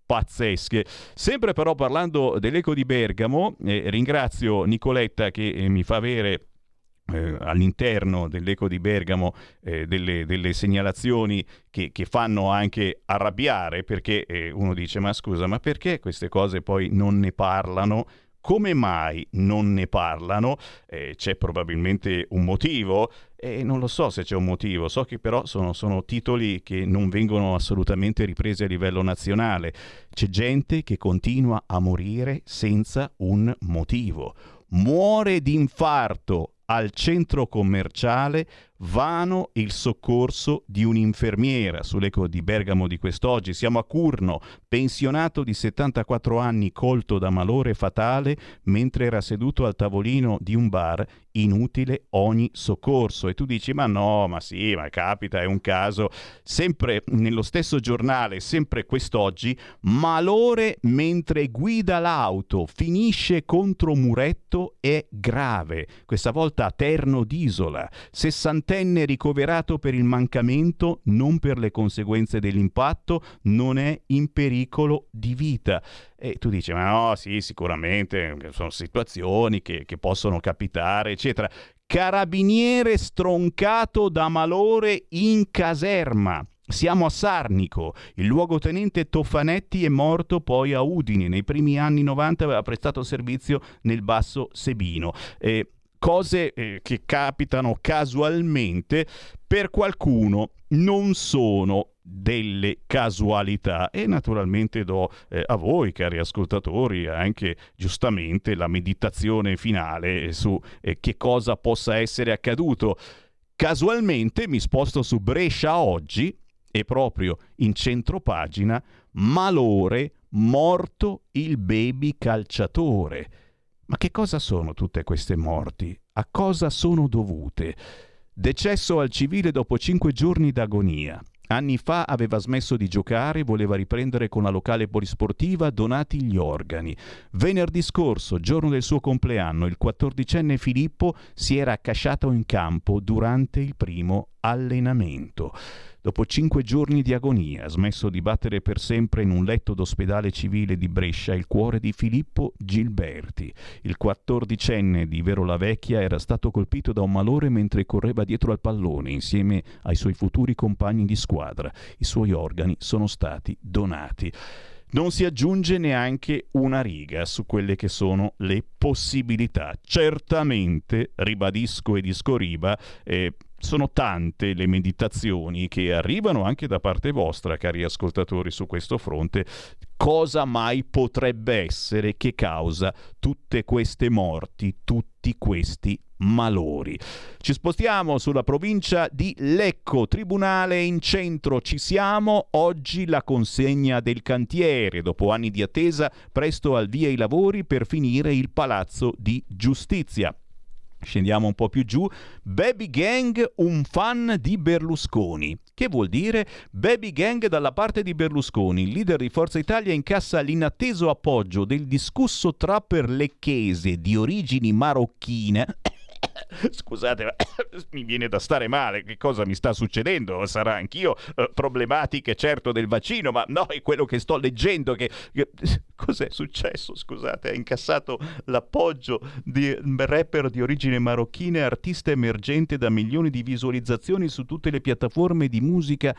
pazzesche. Sempre però parlando dell'Eco di Bergamo, eh, ringrazio Nicoletta che eh, mi fa avere Eh, all'interno dell'Eco di Bergamo eh, delle, delle segnalazioni che, che fanno anche arrabbiare, perché eh, uno dice ma scusa, ma perché queste cose poi non ne parlano? Come mai non ne parlano? Eh, c'è probabilmente un motivo? E eh, non lo so se c'è un motivo, so che però sono, sono titoli che non vengono assolutamente ripresi a livello nazionale. C'è gente che continua a morire senza un motivo. Muore di infarto al centro commerciale, vano il soccorso di un'infermiera. Sull'Eco di Bergamo di quest'oggi siamo a Curno, pensionato di settantaquattro anni colto da malore fatale mentre era seduto al tavolino di un bar, inutile ogni soccorso. E tu dici ma no, ma sì, ma capita, è un caso. Sempre nello stesso giornale, sempre quest'oggi, malore mentre guida l'auto, finisce contro muretto, è grave. Questa volta a Terno d'Isola, sessantenne ricoverato per il mancamento, non per le conseguenze dell'impatto, non è in pericolo di vita. E tu dici ma no, sì, sicuramente sono situazioni che, che possono capitare, eccetera. Carabiniere stroncato da malore in caserma. Siamo a Sarnico. Il luogotenente Toffanetti è morto poi a Udine. Nei primi anni novanta aveva prestato servizio nel Basso Sebino. Eh, cose eh, che capitano casualmente per qualcuno, non sono delle casualità. E naturalmente do eh, a voi, cari ascoltatori, anche giustamente la meditazione finale su eh, che cosa possa essere accaduto. Casualmente mi sposto su Brescia Oggi e proprio in centropagina, malore, morto il baby calciatore. Ma che cosa sono tutte queste morti? A cosa sono dovute? Decesso al civile dopo cinque giorni d'agonia. Anni fa aveva smesso di giocare, voleva riprendere con la locale polisportiva, donati gli organi. Venerdì scorso, giorno del suo compleanno, il quattordicenne Filippo si era accasciato in campo durante il primo allenamento. Dopo cinque giorni di agonia, ha smesso di battere per sempre in un letto d'ospedale civile di Brescia il cuore di Filippo Gilberti. Il quattordicenne di Verolavecchia era stato colpito da un malore mentre correva dietro al pallone insieme ai suoi futuri compagni di squadra. I suoi organi sono stati donati. Non si aggiunge neanche una riga su quelle che sono le possibilità. Certamente, ribadisco e discoriba, eh, sono tante le meditazioni che arrivano anche da parte vostra, cari ascoltatori, su questo fronte. Cosa mai potrebbe essere che causa tutte queste morti, tutti questi malori? Ci spostiamo sulla provincia di Lecco, tribunale in centro, ci siamo. Oggi la consegna del cantiere, dopo anni di attesa, presto al via i lavori per finire il palazzo di giustizia. Scendiamo un po' più giù. Baby Gang, un fan di Berlusconi. Che vuol dire? Baby Gang dalla parte di Berlusconi. Il leader di Forza Italia incassa l'inatteso appoggio del discusso trapper lecchese di origini marocchine. Scusate, ma mi viene da stare male. Che cosa mi sta succedendo? Sarà anch'io eh, problematiche, certo, del vaccino, ma no, è quello che sto leggendo che... che... Cos'è successo? Scusate, ha incassato l'appoggio di un rapper di origine marocchina, artista emergente da milioni di visualizzazioni su tutte le piattaforme di musica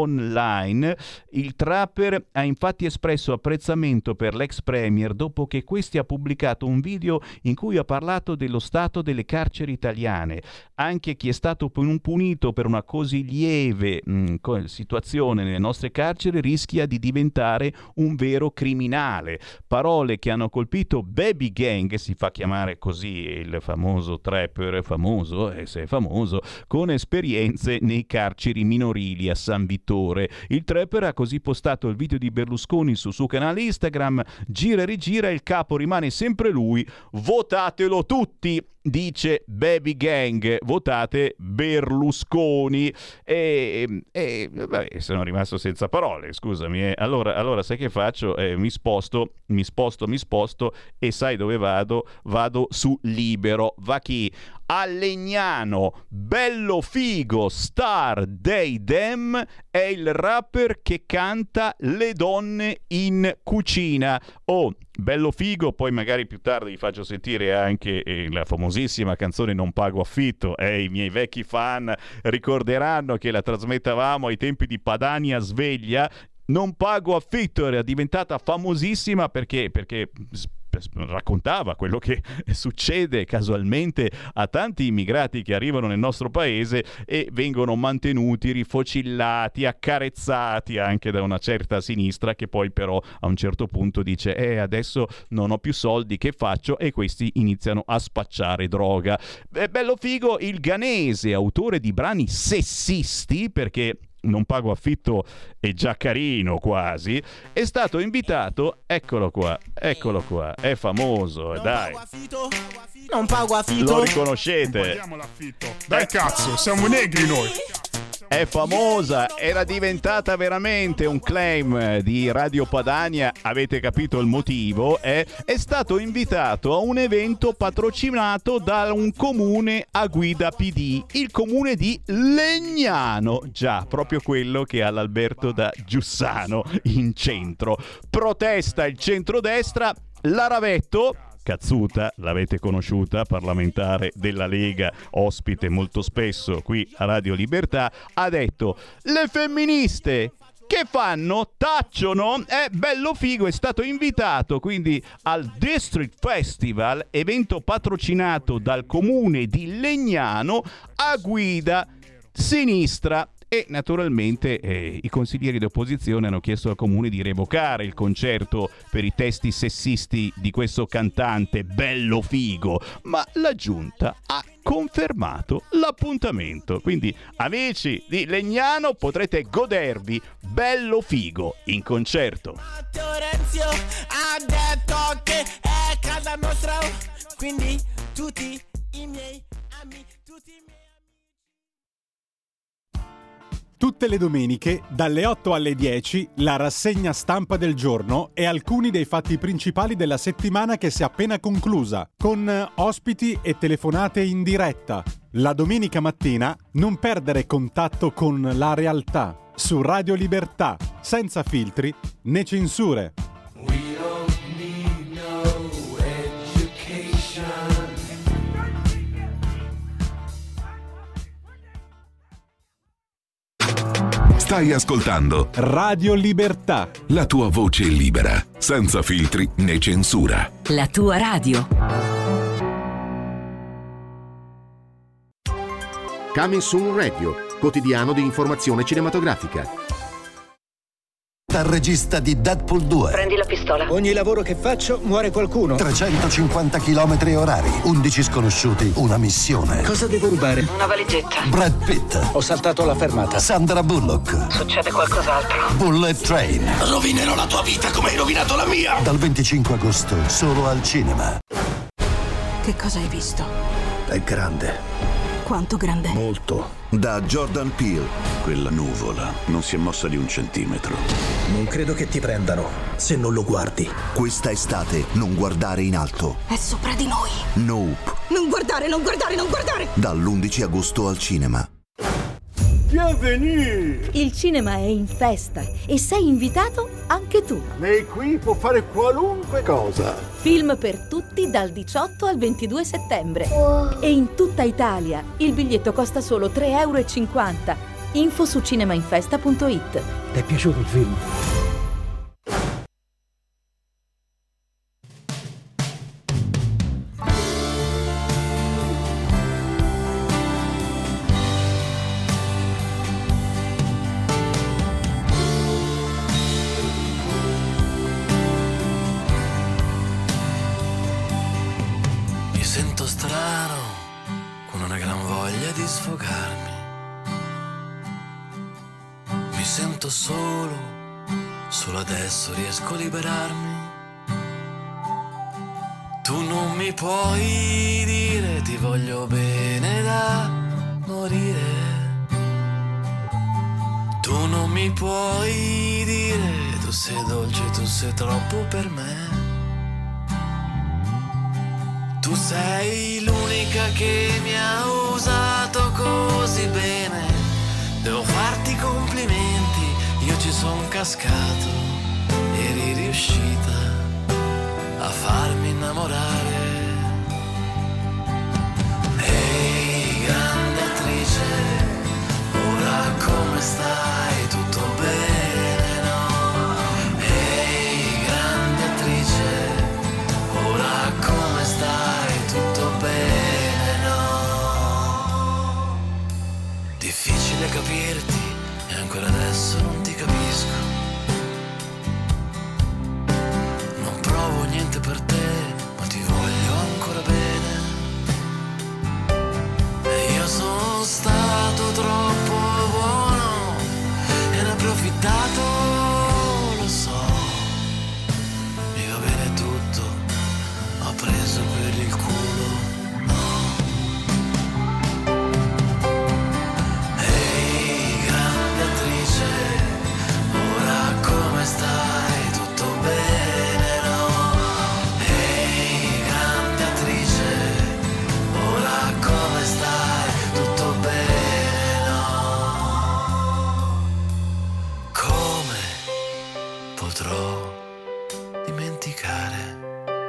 online. Il trapper ha infatti espresso apprezzamento per l'ex premier dopo che questi ha pubblicato un video in cui ha parlato dello stato delle carceri italiane. Anche chi è stato punito per una così lieve mh, situazione nelle nostre carceri rischia di diventare un vero criminale. Parole che hanno colpito Baby Gang, si fa chiamare così il famoso trapper, famoso, e eh, se è famoso, con esperienze nei carceri minorili a San Vittore. Il trapper ha così postato il video di Berlusconi sul suo canale Instagram, gira e rigira, il capo rimane sempre lui, votatelo tutti! Dice Baby Gang, votate Berlusconi. E, e vabbè, sono rimasto senza parole, scusami. Eh. Allora, allora sai che faccio? Eh, mi sposto, mi sposto, mi sposto e sai dove vado? Vado su Libero. Va chi? A Legnano, bello figo, star dei Dem, è il rapper che canta Le donne in cucina. Oh, bello figo, poi magari più tardi vi faccio sentire anche eh, la famosissima canzone Non pago affitto. Eh, i miei vecchi fan ricorderanno che la trasmettavamo ai tempi di Padania Sveglia. Non pago affitto era diventata famosissima perché, perché raccontava quello che succede casualmente a tanti immigrati che arrivano nel nostro paese e vengono mantenuti, rifocillati, accarezzati anche da una certa sinistra, che poi però a un certo punto dice eh adesso non ho più soldi, che faccio? E questi iniziano a spacciare droga. È bello figo il ghanese, autore di brani sessisti, perché Non pago affitto è già carino quasi, è stato invitato, eccolo qua, eccolo qua, è famoso, non dai. Non pago affitto. Lo riconoscete? Non paghiamo l'affitto. Dai cazzo, siamo negri noi. È famosa, era diventata veramente un claim di Radio Padania, avete capito il motivo, eh? È stato invitato a un evento patrocinato da un comune a guida P D, il comune di Legnano, già, proprio quello che ha l'Alberto da Giussano in centro. Protesta il centrodestra, la Ravetto, Cazzuta, l'avete conosciuta, parlamentare della Lega, ospite molto spesso qui a Radio Libertà, ha detto: le femministe che fanno? Tacciono? È bello figo, è stato invitato quindi al District Festival, evento patrocinato dal comune di Legnano a guida sinistra. E naturalmente eh, i consiglieri d'opposizione hanno chiesto al comune di revocare il concerto per i testi sessisti di questo cantante bello figo, ma la giunta ha confermato l'appuntamento. Quindi amici di Legnano potrete godervi bello figo in concerto. Matteo Renzio ha detto che è casa nostra, quindi tutti i miei amici, tutti i miei Tutte le domeniche, dalle otto alle dieci, la rassegna stampa del giorno e alcuni dei fatti principali della settimana che si è appena conclusa, con ospiti e telefonate in diretta. La domenica mattina non perdere contatto con la realtà, su Radio Libertà, senza filtri né censure. Stai ascoltando Radio Libertà, la tua voce libera, senza filtri né censura. La tua radio. Coming Soon Radio, quotidiano di informazione cinematografica. Dal regista di Deadpool due. Prendi la pistola. Ogni lavoro che faccio muore qualcuno. trecentocinquanta chilometri orari, undici sconosciuti, una missione. Cosa devo rubare? Una valigetta. Brad Pitt. Ho saltato alla fermata. Sandra Bullock. Succede qualcos'altro. Bullet Train. Rovinerò la tua vita come hai rovinato la mia. Dal venticinque agosto, solo al cinema. Che cosa hai visto? È grande. Quanto grande? Molto. Da Jordan Peele, quella nuvola non si è mossa di un centimetro. Non credo che ti prendano se non lo guardi. Questa estate non guardare in alto. È sopra di noi. Nope. Non guardare, non guardare, non guardare. Dall'undici agosto al cinema. Bienvenue! Il cinema è in festa e sei invitato anche tu. Lei qui può fare qualunque cosa. Film per tutti dal diciotto al ventidue settembre. Oh. E in tutta Italia il biglietto costa solo tre e cinquanta euro. Info su cinemainfesta punto it. Ti è piaciuto il film? Solo, solo adesso riesco a liberarmi. Tu non mi puoi dire ti voglio bene da morire. Tu non mi puoi dire tu sei dolce, tu sei troppo per me. Tu Tu sei l'unica che mi ha usato così bene. Devo farti complimenti, io ci son cascato. Eri riuscita a farmi innamorare. Ehi, grande attrice, ora come stai? Tutto bene, no? Ehi, grande attrice, ora come stai? Tutto bene, no? Difficile capirti e ancora adesso non ti capisco. Non provo niente per te, ma ti voglio ancora bene. E io sono stato troppo buono e ne ho approfittato, lo so. Mi va bene tutto, ho preso per il culo, no. Ehi, grande attrice, ora come stai? Tutto bene, no? Ehi, grande attrice, ora come stai? Tutto bene, no? Come potrò dimenticare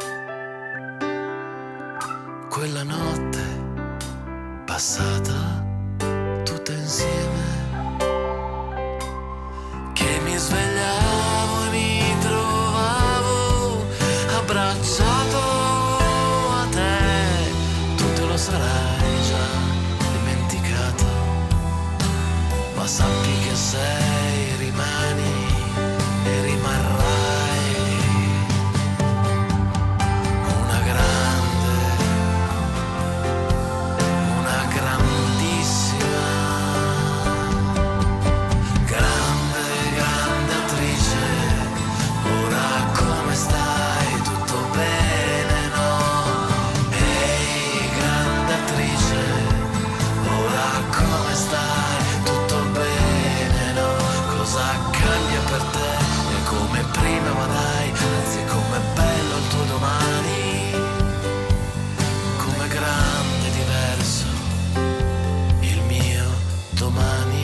quella notte passata tutta insieme, che mi svegliavo e mi trovavo abbracciato a te. Tu te lo sarai già dimenticato, ma sappi che sei, rimani e rimarrai una grande, una grandissima, grande, grande attrice. Ora come stai? Tutto bene, no? Ehi, grande attrice, ora come stai? Tutto bene, no? Cosa cambia per te? È come prima, ma dai, anzi è come bello il tuo domani, come grande, diverso il mio domani.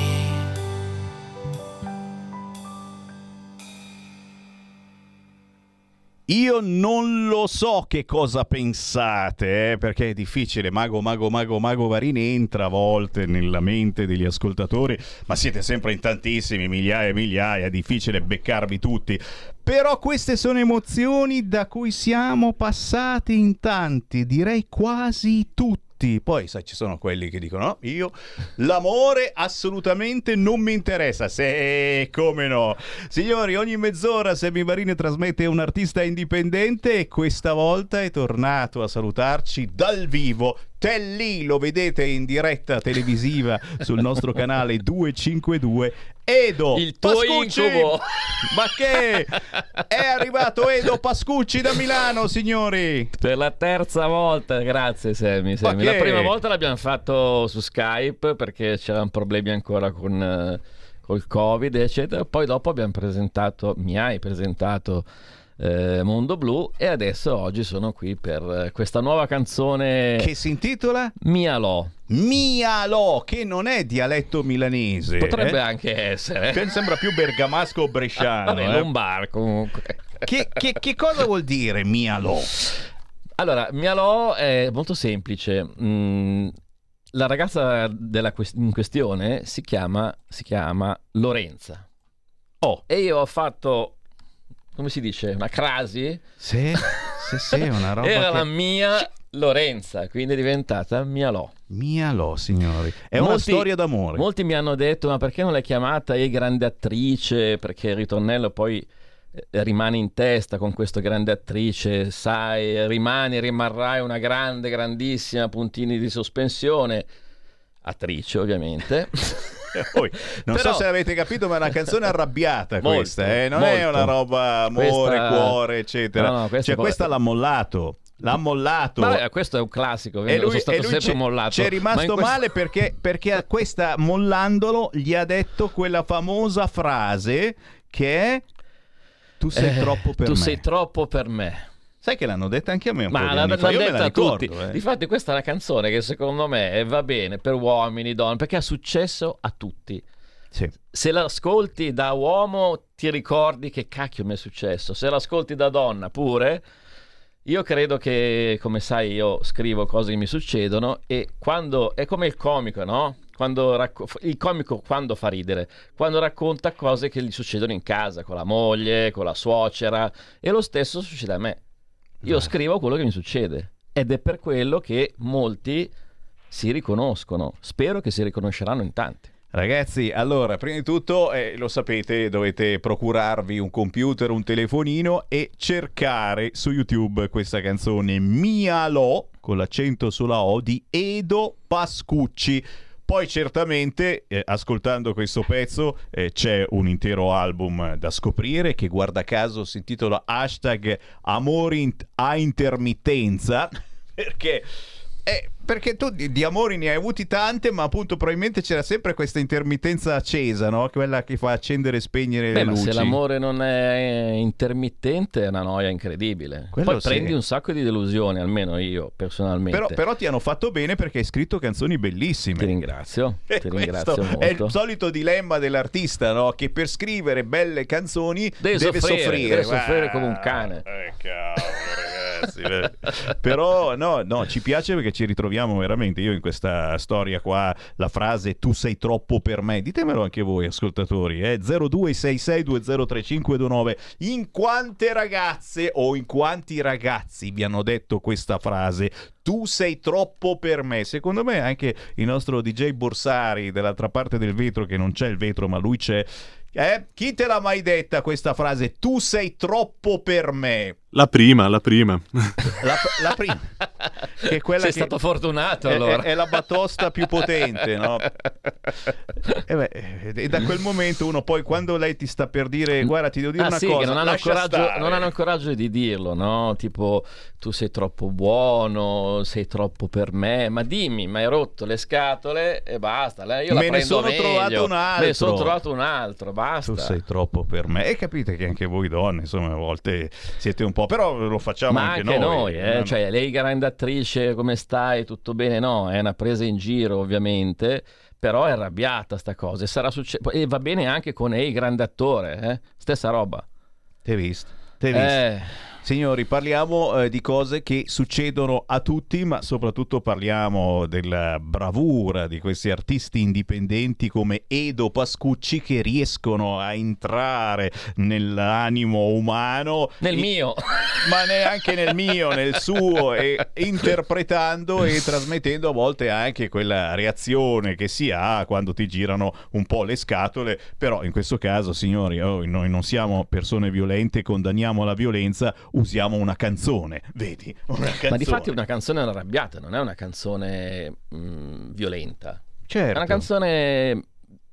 Io non lo so che cosa pensate, eh, perché è difficile. Mago, mago, mago, mago Varin entra a volte nella mente degli ascoltatori, ma siete sempre in tantissimi, migliaia e migliaia, è difficile beccarvi tutti. Però queste sono emozioni da cui siamo passati in tanti, direi quasi tutti. Poi sai, ci sono quelli che dicono no, io l'amore assolutamente non mi interessa. Se come no. Signori, ogni mezz'ora Sammy Varin trasmette un artista indipendente e questa volta è tornato a salutarci dal vivo. Telly, lo vedete in diretta televisiva sul nostro canale duecentocinquantadue. Edo il tuo Pascucci. incubo. Ma che è arrivato Edo Pascucci da Milano, signori, per la terza volta. Grazie Sammy, Sammy. La prima volta l'abbiamo fatto su Skype perché c'erano problemi ancora con uh, col Covid eccetera. Poi dopo abbiamo presentato, mi hai presentato eh, Mondo Blu, e adesso oggi sono qui per questa nuova canzone che si intitola Mia Lo. Mia Lo, che non è dialetto milanese, potrebbe eh? anche essere, che sembra più bergamasco o bresciano. Vabbè, eh? lombar comunque. Che, che, che cosa vuol dire Mia Lo? Allora, Mia Lo è molto semplice. Mm, la ragazza della que- in questione si chiama, si chiama Lorenza. Oh. E io ho fatto, come si dice, una crasi? Sì, sì, sì, una roba. Era che... la mia Lorenza, quindi è diventata Mia Lo. Mia Lo, signori. È molti, una storia d'amore. Molti mi hanno detto, ma perché non l'hai chiamata E grande attrice? Perché il ritornello poi eh, rimane in testa con questo grande attrice, sai, rimani, rimarrai una grande, grandissima, puntini di sospensione. Attrice, ovviamente. Poi, non Però... so se avete capito, ma è una canzone arrabbiata molto, questa, eh? Non molto. è una roba amore, questa... cuore, eccetera. No, no, questa cioè, poi... questa l'ha mollato. L'ha mollato. Vabbè, questo è un classico. E lui, sono stato e lui sempre c'è, mollato. c'è rimasto questo... male perché, perché a questa mollandolo gli ha detto quella famosa frase che è: tu sei eh, troppo per tu me. sei troppo per me. Sai che l'hanno detta anche a me un Ma po' di l'hanno anni fa, io me detta la a ricordo, tutti. eh. Difatti questa è una canzone che secondo me va bene per uomini, donne, perché ha successo a tutti. Sì. Se l'ascolti da uomo ti ricordi che cacchio mi è successo, se l'ascolti da donna pure. Io credo che, come sai, io scrivo cose che mi succedono e quando è come il comico, no? Quando racco- il comico quando fa ridere, quando racconta cose che gli succedono in casa, con la moglie, con la suocera, e lo stesso succede a me. Io Eh. scrivo quello che mi succede ed è per quello che molti si riconoscono. Spero che si riconosceranno in tanti. Ragazzi, allora, prima di tutto, eh, lo sapete, dovete procurarvi un computer, un telefonino e cercare su YouTube questa canzone Mia Lo, con l'accento sulla O, di Edo Pascucci. Poi certamente, eh, ascoltando questo pezzo, eh, c'è un intero album da scoprire che, guarda caso, si intitola hashtag Amori a intermittenza, perché... Eh, perché tu di, di amori ne hai avuti tante, ma appunto probabilmente c'era sempre questa intermittenza accesa, no? Quella che fa accendere e spegnere Beh, le ma luci. se l'amore non è intermittente è una noia incredibile. Quello Poi sì. prendi un sacco di delusioni, almeno io personalmente. Però, però ti hanno fatto bene perché hai scritto canzoni bellissime. Ti ringrazio, E ti questo ringrazio molto. è il solito dilemma dell'artista, no? Che per scrivere belle canzoni Deve, deve soffrire, soffrire, deve soffrire Ma- come un cane. Eh, cavolo, ragazzi. eh. Però no, no, ci piace perché ci ritroviamo veramente. Io in questa storia qua, la frase tu sei troppo per me, ditemelo anche voi ascoltatori, eh? zero due sei sei due zero tre cinque due nove. In quante ragazze o in quanti ragazzi vi hanno detto questa frase? Tu sei troppo per me. Secondo me anche il nostro D J Borsari dall'altra parte del vetro, che non c'è il vetro ma lui c'è, eh? Chi te l'ha mai detta questa frase? Tu sei troppo per me. La prima, la prima. La, la prima, che è quella Sei che stato fortunato è, allora. è, è la batosta più potente, no? E, beh, e da quel momento uno poi, quando lei ti sta per dire guarda ti devo dire Ah, una sì, cosa, che non hanno, lascia coraggio, stare. non hanno il coraggio di dirlo, no? Tipo tu sei troppo buono, sei troppo per me, ma dimmi, mi hai rotto le scatole e basta. Lei, io Me la ne prendo sono meglio. trovato un altro. Me ne sono trovato un altro, basta. Tu sei troppo per me. E capite che anche voi donne, insomma, a volte siete un po', però lo facciamo Ma anche, anche noi, noi. eh? No? Cioè, lei grande attrice, come stai? Tutto bene? No, è una presa in giro ovviamente, però è arrabbiata sta cosa e, sarà succe- e va bene anche con Ehi grande attore, eh? Stessa roba. T'hai visto? T'hai visto? Eh. Signori, parliamo eh, di cose che succedono a tutti, ma soprattutto parliamo della bravura di questi artisti indipendenti come Edo Pascucci, che riescono a entrare nell'animo umano. Nel e- mio. Ma neanche nel mio, nel suo, e interpretando e trasmettendo a volte anche quella reazione che si ha quando ti girano un po' le scatole. Però in questo caso, signori, oh, noi non siamo persone violente, condanniamo la violenza, usiamo una canzone, vedi? Una canzone. Ma di fatti una canzone arrabbiata, non è una canzone mh, violenta. Certo. È una canzone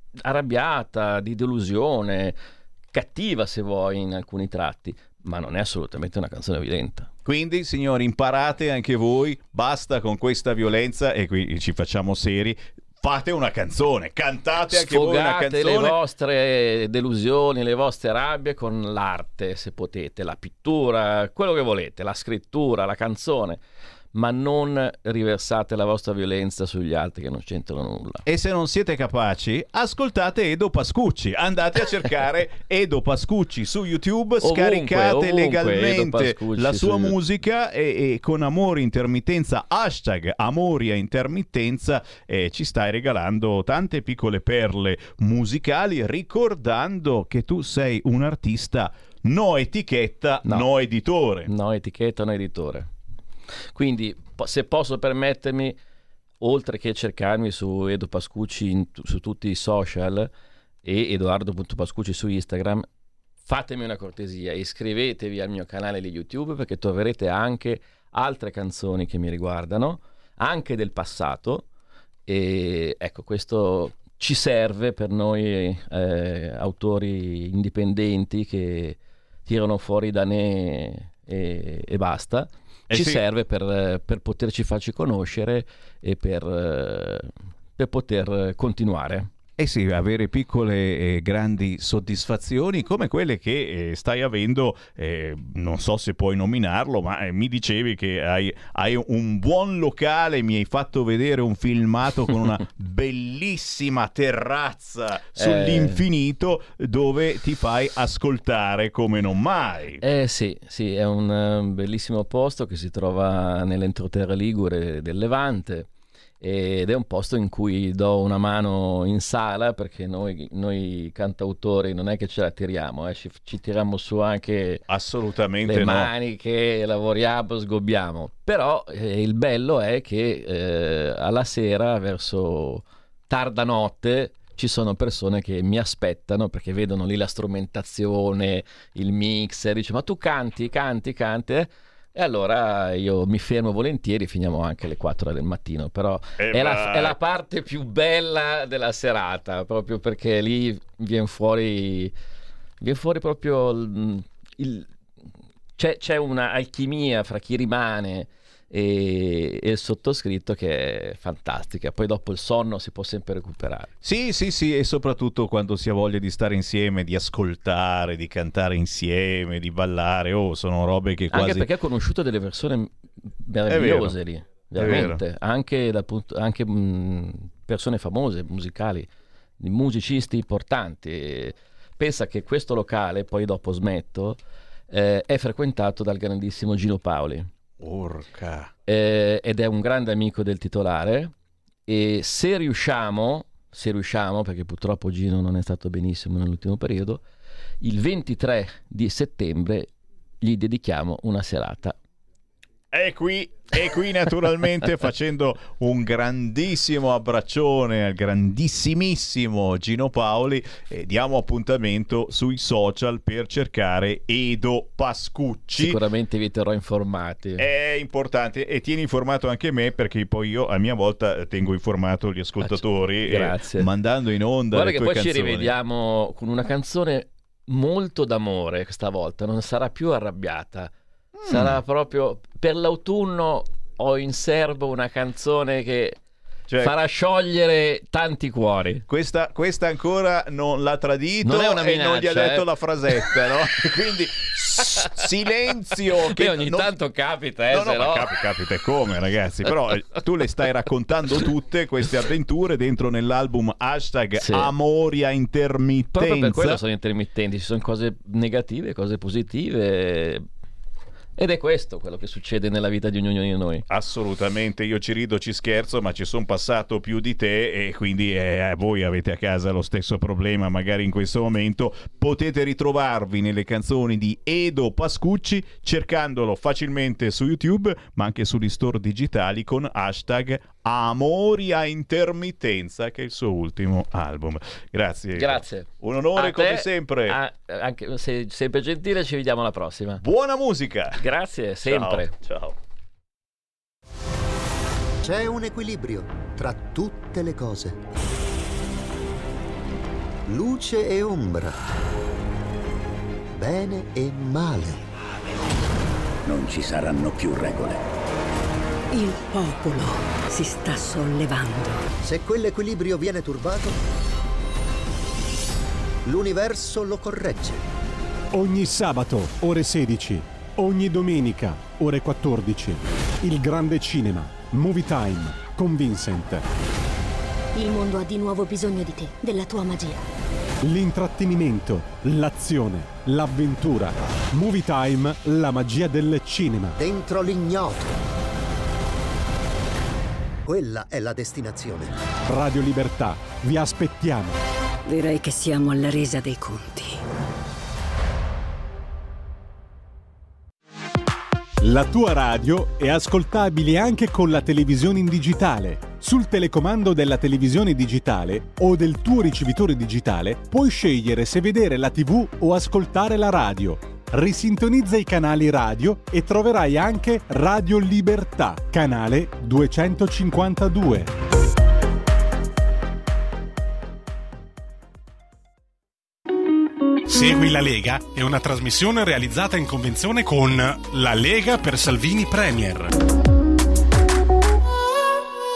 arrabbiata, di delusione, cattiva se vuoi in alcuni tratti, ma non è assolutamente una canzone violenta. Quindi, signori, imparate anche voi, basta con questa violenza e qui ci facciamo seri. Fate una canzone, cantate anche voi una Sfogate canzone. le vostre delusioni, le vostre rabbie con l'arte, se potete, la pittura, quello che volete, la scrittura, la canzone, ma non riversate la vostra violenza sugli altri che non c'entrano nulla. E se non siete capaci, ascoltate Edo Pascucci. Andate a cercare Edo Pascucci su YouTube, Ovunque, scaricate ovunque, legalmente Edo Pascucci la sua su- musica e, e con Amori Intermittenza, hashtag Amori a Intermittenza, eh, ci stai regalando tante piccole perle musicali, ricordando che tu sei un artista no etichetta, no, No. editore. No etichetta, no editore. Quindi po- se posso permettermi, oltre che cercarmi su Edo Pascucci in- su tutti i social e edoardo punto pascucci su Instagram, fatemi una cortesia, iscrivetevi al mio canale di YouTube, perché troverete anche altre canzoni che mi riguardano, anche del passato, e ecco, questo ci serve per noi eh, autori indipendenti che tirano fuori da ne e, e basta. Eh Ci sì. serve per, per poterci farci conoscere e per, eh, per poter continuare. Eh sì, avere piccole e grandi soddisfazioni come quelle che eh, stai avendo, eh, non so se puoi nominarlo, ma eh, mi dicevi che hai, hai un buon locale, mi hai fatto vedere un filmato con una bellissima terrazza sull'infinito eh... dove ti fai ascoltare come non mai. Eh sì, sì, è un uh, bellissimo posto che si trova nell'entroterra ligure del Levante. Ed è un posto in cui do una mano in sala, perché noi, noi cantautori non è che ce la tiriamo, eh, ci, ci tiriamo su anche assolutamente le no. maniche, lavoriamo, sgobbiamo, però eh, il bello è che eh, alla sera, verso tarda notte, ci sono persone che mi aspettano perché vedono lì la strumentazione, il mixer, dice ma tu canti, canti, canti eh? E allora io mi fermo volentieri, finiamo anche alle quattro del mattino, però è la, è la parte più bella della serata, proprio perché lì viene fuori, viene fuori proprio il, il, c'è, c'è una alchimia fra chi rimane e, e il sottoscritto che è fantastica. Poi dopo il sonno si può sempre recuperare. Sì, sì, sì, e soprattutto quando si ha voglia di stare insieme, di ascoltare, di cantare insieme, di ballare, oh, sono robe che quasi... Anche perché ho conosciuto delle persone meravigliose lì, veramente, anche, dal punto, anche mh, persone famose, musicali, di musicisti importanti. Pensa che questo locale, poi dopo smetto, eh, è frequentato dal grandissimo Gino Paoli. Orca. Eh, ed è un grande amico del titolare, e se riusciamo se riusciamo perché purtroppo Gino non è stato benissimo nell'ultimo periodo, il ventitré di settembre gli dedichiamo una serata. E qui, e qui naturalmente facendo un grandissimo abbraccione al grandissimissimo Gino Paoli, eh, diamo appuntamento sui social per cercare Edo Pascucci. Sicuramente vi terrò informati. È importante, e tieni informato anche me, perché poi io a mia volta tengo informato gli ascoltatori, grazie, eh, mandando in onda Guarda le che tue poi canzoni. Ci rivediamo con una canzone molto d'amore stavolta, non sarà più arrabbiata. Sarà proprio per l'autunno. Ho in serbo una canzone che cioè, farà sciogliere tanti cuori. Questa, questa ancora non l'ha tradito, non è una minaccia, e non gli ha detto eh? la frasetta, no? Quindi silenzio. Che Beh, ogni non... tanto capita, eh, no, no, se no... Cap- capita come, ragazzi. Però tu le stai raccontando tutte queste avventure dentro nell'album hashtag sì. Amoria Intermittenza. Proprio per quello sono intermittenti, ci sono cose negative, cose positive. Ed è questo quello che succede nella vita di ognuno di noi. Assolutamente, io ci rido, ci scherzo, ma ci sono passato più di te, e quindi eh, voi avete a casa lo stesso problema magari in questo momento. Potete ritrovarvi nelle canzoni di Edo Pascucci cercandolo facilmente su YouTube, ma anche sugli store digitali con hashtag Amoria Intermittenza, che è il suo ultimo album. Grazie. Grazie. Un onore a come te, sempre. A, anche se sempre gentile, ci vediamo alla prossima. Buona musica. Grazie, sempre. Ciao. Ciao. C'è un equilibrio tra tutte le cose. Luce e ombra. Bene e male. Non ci saranno più regole. Il popolo si sta sollevando. Se quell'equilibrio viene turbato, l'universo lo corregge. Ogni sabato, ore sedici. Ogni domenica, ore quattordici. Il grande cinema, Movie Time, con Vincent. Il mondo ha di nuovo bisogno di te, della tua magia. L'intrattenimento, l'azione, l'avventura. Movie Time, la magia del cinema. Dentro l'ignoto. Quella è la destinazione. Radio Libertà, vi aspettiamo. Direi che siamo alla resa dei conti. La tua radio è ascoltabile anche con la televisione in digitale. Sul telecomando della televisione digitale o del tuo ricevitore digitale puoi scegliere se vedere la tivù o ascoltare la radio. Risintonizza i canali radio e troverai anche Radio Libertà, canale duecentocinquantadue. Segui la Lega è una trasmissione realizzata in convenzione con La Lega per Salvini Premier.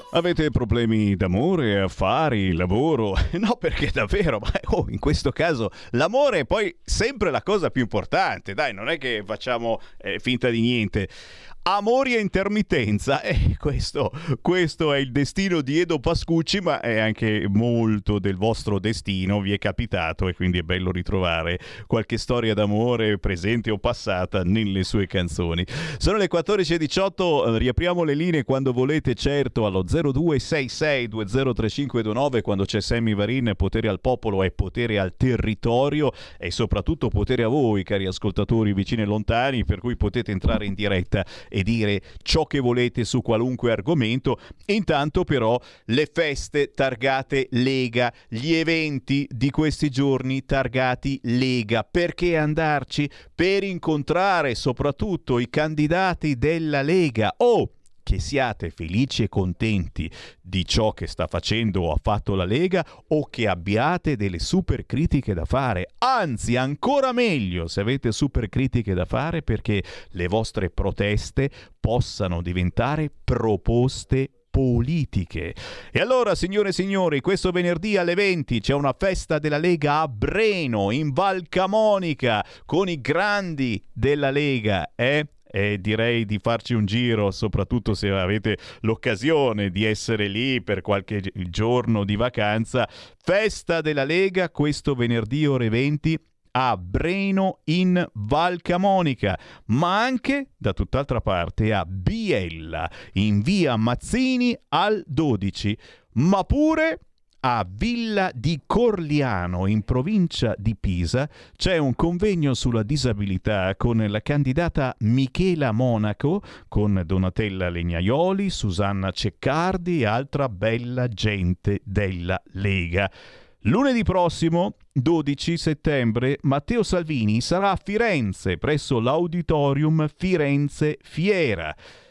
Avete problemi d'amore, affari, lavoro? No, perché davvero, ma oh, in questo caso l'amore è poi sempre la cosa più importante. Dai, non è che facciamo eh, finta di niente. Amori a intermittenza, eh, questo, questo è il destino di Edo Pascucci, ma è anche molto del vostro destino, vi è capitato, e quindi è bello ritrovare qualche storia d'amore presente o passata nelle sue canzoni. Sono le quattordici e diciotto, riapriamo le linee quando volete, certo, allo zero due sei sei due zero tre cinque due nove, quando c'è Sammy Varin. Potere al popolo è potere al territorio e soprattutto potere a voi, cari ascoltatori vicini e lontani, per cui potete entrare in diretta e dire ciò che volete su qualunque argomento. Intanto però le feste targate Lega, gli eventi di questi giorni targati Lega. Perché andarci? Per incontrare soprattutto i candidati della Lega. Oh, che siate felici e contenti di ciò che sta facendo o ha fatto la Lega, o che abbiate delle super critiche da fare. Anzi, ancora meglio se avete super critiche da fare, perché le vostre proteste possano diventare proposte politiche. E allora, signore e signori, questo venerdì alle venti c'è una festa della Lega a Breno, in Val Camonica, con i grandi della Lega, eh? E direi di farci un giro, soprattutto se avete l'occasione di essere lì per qualche giorno di vacanza. Festa della Lega questo venerdì ore venti a Breno in Val Camonica, ma anche da tutt'altra parte a Biella, in via Mazzini al dodici, ma pure a Villa di Corliano, in provincia di Pisa, c'è un convegno sulla disabilità con la candidata Michela Monaco, con Donatella Legnaioli, Susanna Ceccardi e altra bella gente della Lega. Lunedì prossimo, dodici settembre, Matteo Salvini sarà a Firenze, presso l'Auditorium Firenze Fiera.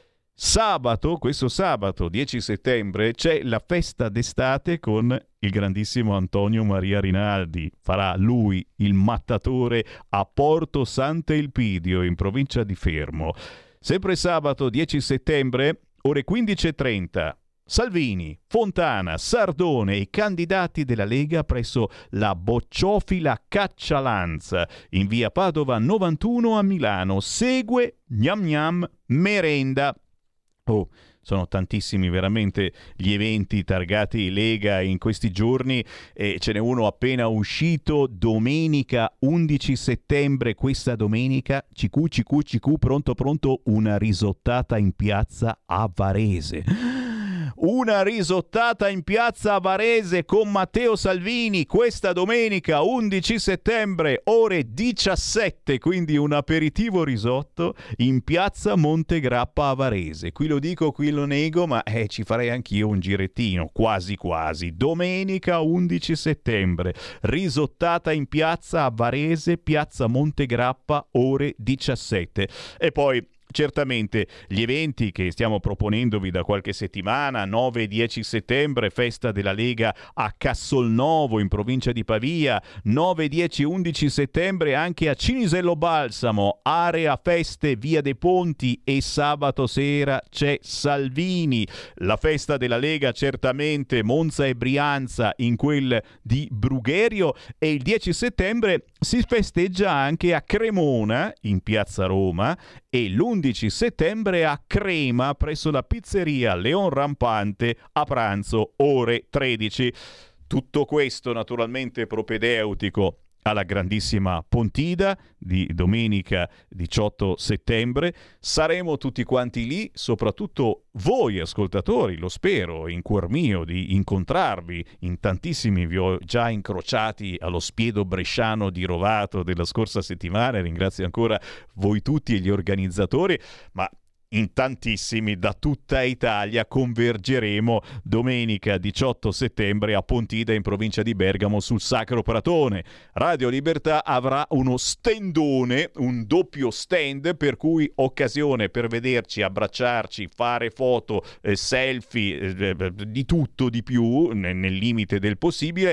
Sabato, questo sabato dieci settembre, c'è la festa d'estate con il grandissimo Antonio Maria Rinaldi. Farà lui il mattatore a Porto Sant'Elpidio, in provincia di Fermo. Sempre sabato dieci settembre, ore quindici e trenta, Salvini, Fontana, Sardone e candidati della Lega presso la Bocciofila Caccialanza, in via Padova novantuno a Milano. Segue Gnam Gnam Merenda. Oh, sono tantissimi veramente gli eventi targati Lega in questi giorni, e ce n'è uno appena uscito domenica undici settembre. Questa domenica, cicu cicu cicu, pronto pronto, una risottata in piazza a Varese. Una risottata in piazza a Varese con Matteo Salvini questa domenica undici settembre ore diciassette, quindi un aperitivo risotto in piazza Montegrappa a Varese. Qui lo dico, qui lo nego, ma eh, ci farei anch'io un girettino, quasi quasi. Domenica undici settembre, risottata in piazza a Varese, piazza Montegrappa, ore diciassette. E poi certamente gli eventi che stiamo proponendovi da qualche settimana: nove e dieci settembre, festa della Lega a Cassolnovo in provincia di Pavia, nove, dieci, undici settembre anche a Cinisello Balsamo, area feste via dei Ponti, e sabato sera c'è Salvini. La festa della Lega certamente Monza e Brianza in quel di Brugherio, e il dieci settembre si festeggia anche a Cremona in piazza Roma, e l'undici settembre a Crema presso la pizzeria Leon Rampante a pranzo ore tredici. Tutto questo naturalmente propedeutico alla grandissima Pontida di domenica diciotto settembre. Saremo tutti quanti lì, soprattutto voi ascoltatori, lo spero, in cuor mio di incontrarvi. In tantissimi vi ho già incrociati allo Spiedo Bresciano di Rovato della scorsa settimana, ringrazio ancora voi tutti e gli organizzatori, ma in tantissimi da tutta Italia convergeremo domenica diciotto settembre a Pontida in provincia di Bergamo sul Sacro Pratone. Radio Libertà avrà uno stendone, un doppio stand, per cui occasione per vederci, abbracciarci, fare foto, eh, selfie, eh, di tutto di più nel limite del possibile.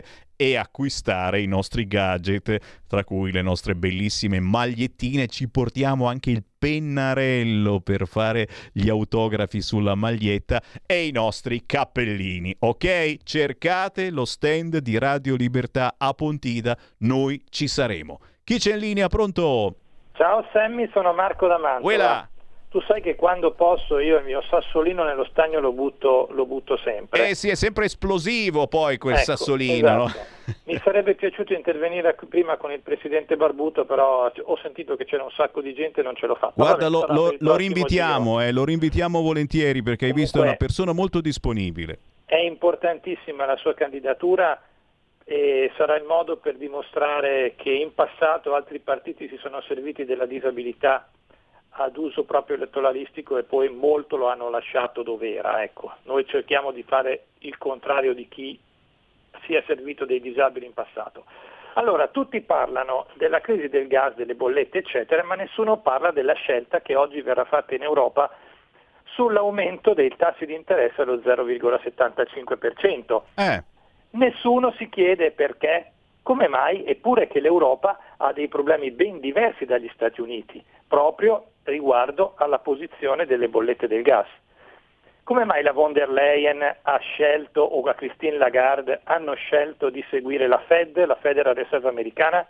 e acquistare i nostri gadget, tra cui le nostre bellissime magliettine. Ci portiamo anche il pennarello per fare gli autografi sulla maglietta e i nostri cappellini, ok? Cercate lo stand di Radio Libertà a Pontida, noi ci saremo. Chi c'è in linea? Pronto? Ciao Sammy, sono Marco da Mantova. Uela. Tu sai che quando posso io il mio sassolino nello stagno lo butto, lo butto sempre. Eh sì, è sempre esplosivo poi quel ecco, sassolino. Esatto. No? Mi sarebbe piaciuto intervenire prima con il presidente Barbuto, però ho sentito che c'era un sacco di gente e non ce l'ho fatta. Guarda, Vabbè, lo, lo, lo rinvitiamo, eh, lo rinvitiamo volentieri perché Comunque, hai visto è una persona molto disponibile. È importantissima la sua candidatura e sarà il modo per dimostrare che in passato altri partiti si sono serviti della disabilità ad uso proprio elettoralistico e poi molto lo hanno lasciato dov'era. Ecco, noi cerchiamo di fare il contrario di chi si è servito dei disabili in passato. Allora, tutti parlano della crisi del gas, delle bollette, eccetera, ma nessuno parla della scelta che oggi verrà fatta in Europa sull'aumento dei tassi di interesse allo zero virgola settantacinque per cento. Eh. Nessuno si chiede perché, come mai, eppure che l'Europa ha dei problemi ben diversi dagli Stati Uniti, proprio riguardo alla posizione delle bollette del gas. Come mai la von der Leyen ha scelto, o la Christine Lagarde hanno scelto di seguire la Fed, la Federal Reserve americana,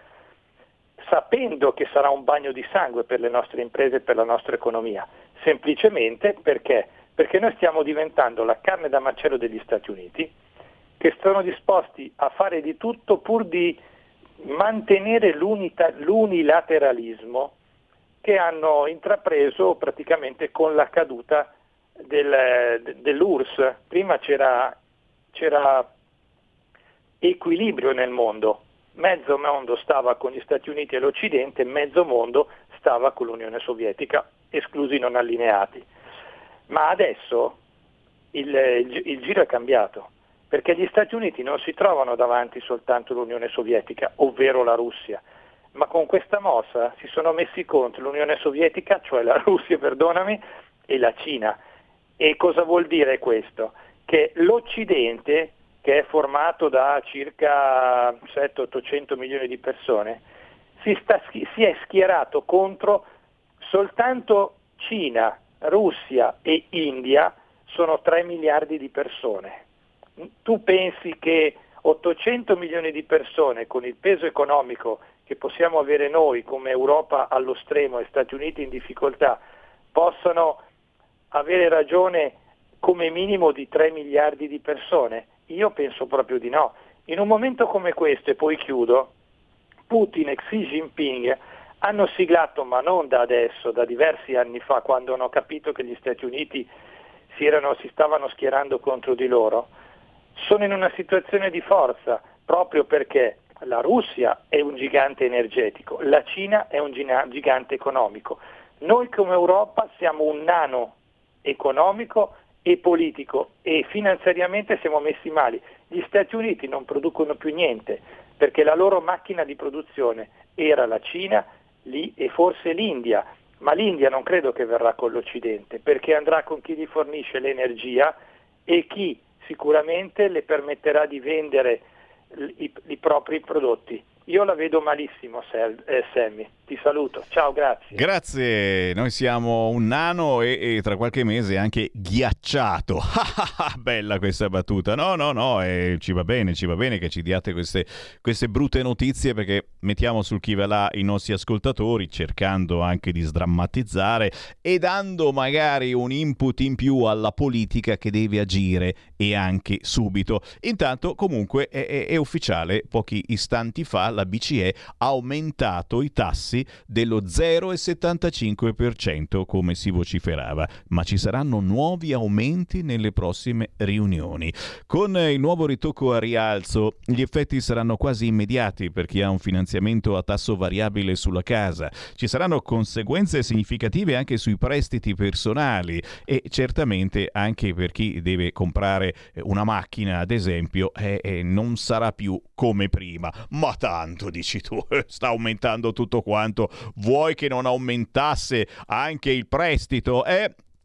sapendo che sarà un bagno di sangue per le nostre imprese e per la nostra economia? Semplicemente perché? Perché noi stiamo diventando la carne da macello degli Stati Uniti, che sono disposti a fare di tutto pur di mantenere l'unita, l'unilateralismo che hanno intrapreso praticamente con la caduta del, dell'U R S S. Prima c'era, c'era equilibrio nel mondo, mezzo mondo stava con gli Stati Uniti e l'Occidente, mezzo mondo stava con l'Unione Sovietica, esclusi i non allineati. Ma adesso il, il, il giro è cambiato, perché gli Stati Uniti non si trovano davanti soltanto l'Unione Sovietica, ovvero la Russia, ma con questa mossa si sono messi contro l'Unione Sovietica, cioè la Russia, perdonami, e la Cina. E cosa vuol dire questo? Che l'Occidente, che è formato da circa settecento ottocento milioni di persone, si, sta, si è schierato contro soltanto Cina, Russia e India, sono tre miliardi di persone. Tu pensi che ottocento milioni di persone con il peso economico che possiamo avere noi come Europa allo stremo e Stati Uniti in difficoltà possano avere ragione come minimo di tre miliardi di persone? Io penso proprio di no. In un momento come questo, e poi chiudo, Putin e Xi Jinping hanno siglato, ma non da adesso, da diversi anni fa, quando hanno capito che gli Stati Uniti si, erano, si stavano schierando contro di loro, sono in una situazione di forza, proprio perché la Russia è un gigante energetico, la Cina è un gigante economico. Noi come Europa siamo un nano economico e politico e finanziariamente siamo messi male. Gli Stati Uniti non producono più niente perché la loro macchina di produzione era la Cina lì, e forse l'India, ma l'India non credo che verrà con l'Occidente perché andrà con chi gli fornisce l'energia e chi sicuramente le permetterà di vendere i, i propri prodotti. Io la vedo malissimo, eh, Sammy. Ti saluto. Ciao, grazie. Grazie. Noi siamo un nano e, e tra qualche mese anche ghiacciato. Bella questa battuta. No, no, no, eh, ci va bene, ci va bene che ci diate queste, queste brutte notizie perché mettiamo sul chi va là i nostri ascoltatori cercando anche di sdrammatizzare e dando magari un input in più alla politica che deve agire e anche subito. Intanto comunque è, è, è ufficiale, pochi istanti fa la B C E ha aumentato i tassi dello zero virgola settantacinque per cento come si vociferava, ma ci saranno nuovi aumenti nelle prossime riunioni. Con il nuovo ritocco a rialzo gli effetti saranno quasi immediati per chi ha un finanziamento a tasso variabile sulla casa. Ci saranno conseguenze significative anche sui prestiti personali e certamente anche per chi deve comprare una macchina, ad esempio, eh, eh, non sarà più come prima. Ma tanto, dici tu, sta aumentando tutto quanto, vuoi che non aumentasse anche il prestito? Eh,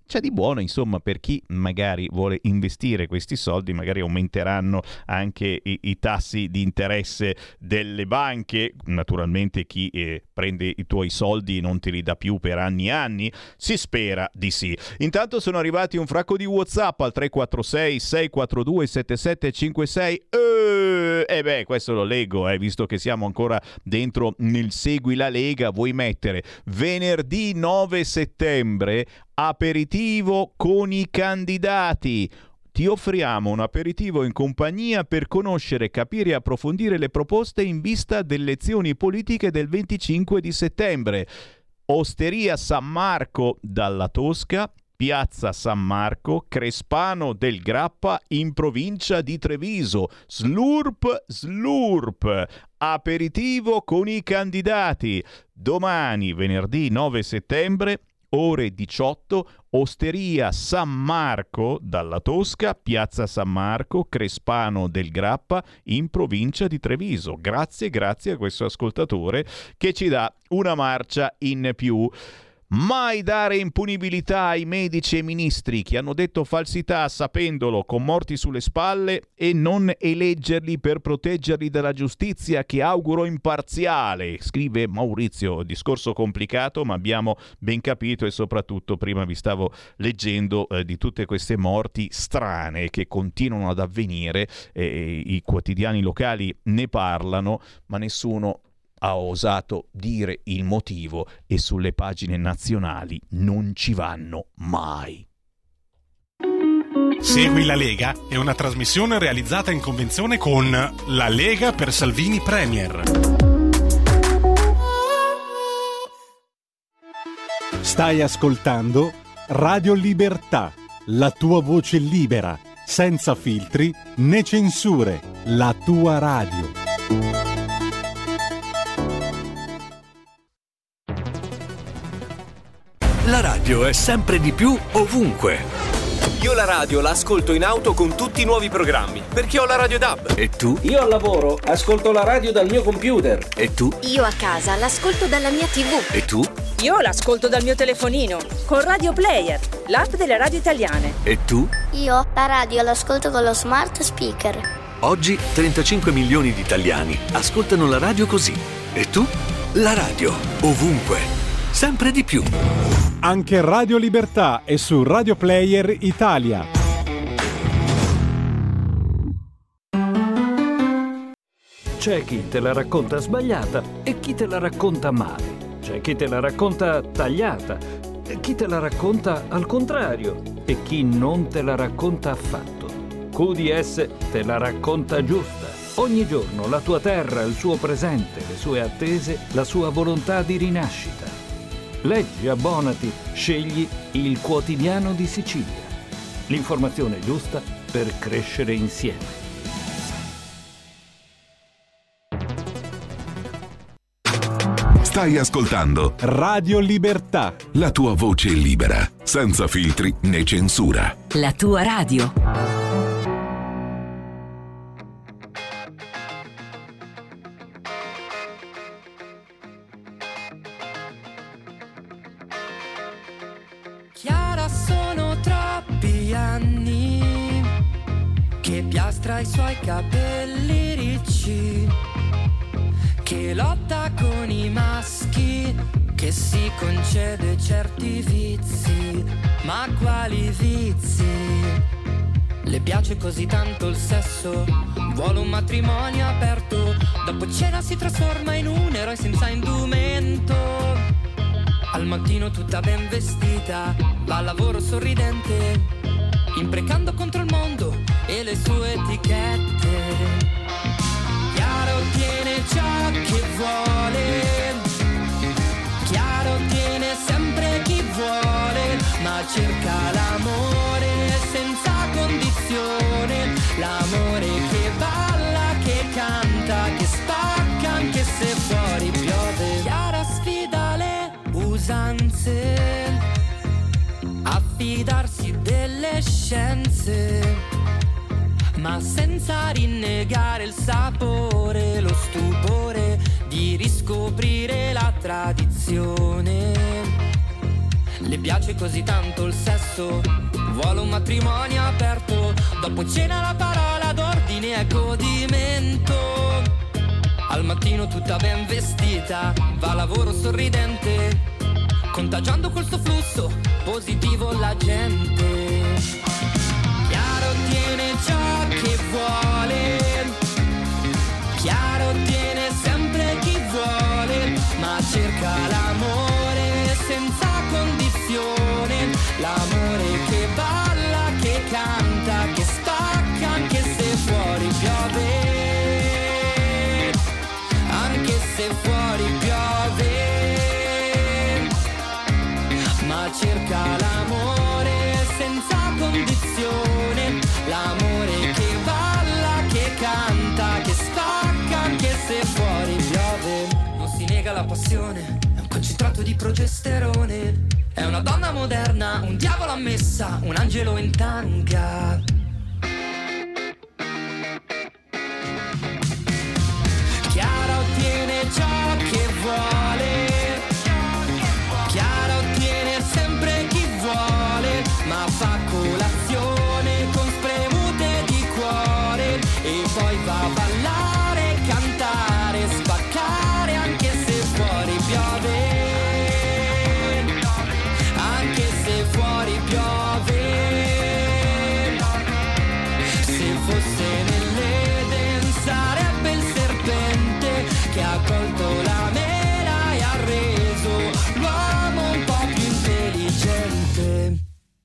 c'è di buono, insomma, per chi magari vuole investire questi soldi, magari aumenteranno anche i, i tassi di interesse delle banche, naturalmente chi eh, prende i tuoi soldi non te li dà più per anni e anni, si spera di sì. Intanto sono arrivati un fracco di WhatsApp al tre quattro sei sei quattro due sette sette cinque sei. E eh beh, questo lo leggo, eh, visto che siamo ancora dentro nel Segui la Lega, vuoi mettere venerdì nove settembre aperitivo con i candidati. Ti offriamo un aperitivo in compagnia per conoscere, capire e approfondire le proposte in vista delle elezioni politiche del venticinque di settembre. Osteria San Marco dalla Tosca, Piazza San Marco, Crespano del Grappa in provincia di Treviso. Slurp, slurp. Aperitivo con i candidati. Domani, venerdì nove settembre, ore diciotto, Osteria San Marco dalla Tosca, Piazza San Marco, Crespano del Grappa in provincia di Treviso. Grazie, grazie a questo ascoltatore che ci dà una marcia in più. Mai dare impunibilità ai medici e ministri che hanno detto falsità sapendolo, con morti sulle spalle, e non eleggerli per proteggerli dalla giustizia che auguro imparziale, scrive Maurizio. Discorso complicato, ma abbiamo ben capito, e soprattutto prima vi stavo leggendo eh, di tutte queste morti strane che continuano ad avvenire, eh, i quotidiani locali ne parlano, ma nessuno ha osato dire il motivo, e sulle pagine nazionali non ci vanno mai. Segui la Lega è una trasmissione realizzata in convenzione con La Lega per Salvini Premier. Stai ascoltando Radio Libertà, la tua voce libera, senza filtri né censure, la tua radio. La radio è sempre di più ovunque. Io la radio la ascolto in auto con tutti i nuovi programmi, perché ho la Radio D A B. E tu? Io al lavoro ascolto la radio dal mio computer. E tu? Io a casa l'ascolto dalla mia tivù. E tu? Io l'ascolto dal mio telefonino, con Radio Player, l'app delle radio italiane. E tu? Io la radio l'ascolto con lo smart speaker. Oggi trentacinque milioni di italiani ascoltano la radio così. E tu? La radio, ovunque, sempre di più. Anche Radio Libertà è su Radio Player Italia. C'è chi te la racconta sbagliata e chi te la racconta male. C'è chi te la racconta tagliata e chi te la racconta al contrario e chi non te la racconta affatto. Q D S te la racconta giusta. Ogni giorno la tua terra, il suo presente, le sue attese, la sua volontà di rinascita. Leggi, abbonati, scegli il Quotidiano di Sicilia. L'informazione giusta per crescere insieme. Stai ascoltando Radio Libertà, la tua voce libera, senza filtri né censura. La tua radio. Chiara, sono troppi anni che piastra i suoi capelli ricci, che lotta con i maschi, che si concede certi vizi. Ma quali vizi? Le piace così tanto il sesso, vuole un matrimonio aperto, dopo cena si trasforma in un eroe senza indumento. Al mattino tutta ben vestita, va al lavoro sorridente, imprecando contro il mondo e le sue etichette. Chiara ottiene ciò che vuole, Chiara ottiene sempre chi vuole, ma cerca l'amore senza condizione, l'amore che balla, che canta, che spacca anche se fuori piove. Chiara sfida le usanze, affidarsi delle scienze, ma senza rinnegare il sapore, lo stupore di riscoprire la tradizione. Le piace così tanto il sesso, vuole un matrimonio aperto, dopo cena la parola d'ordine è godimento. Al mattino tutta ben vestita, va a lavoro sorridente, contagiando col suo flusso positivo la gente. Chiara ottiene ciò che vuole, Chiara ottiene sempre chi vuole, ma cerca l'amore senza condizione, l'amore che balla, che canta, che spacca anche se fuori piove, anche se fuori piove, ma cerca l'amore senza condizione, l'amore che balla, che canta, che spacca anche se fuori piove. Non si nega la passione, è un concentrato di progesterone, è una donna moderna, un diavolo ammessa, un angelo in tanga. Chiara ottiene ciò che vuole, Chiara ottiene sempre chi vuole, ma fa colazione con spremute di cuore e poi va a ballare, cantare, spaccare anche se fuori piove, anche se fuori piove. Se fosse nell'Eden sarebbe il serpente che ha colto la mela e ha reso l'uomo un po' più intelligente.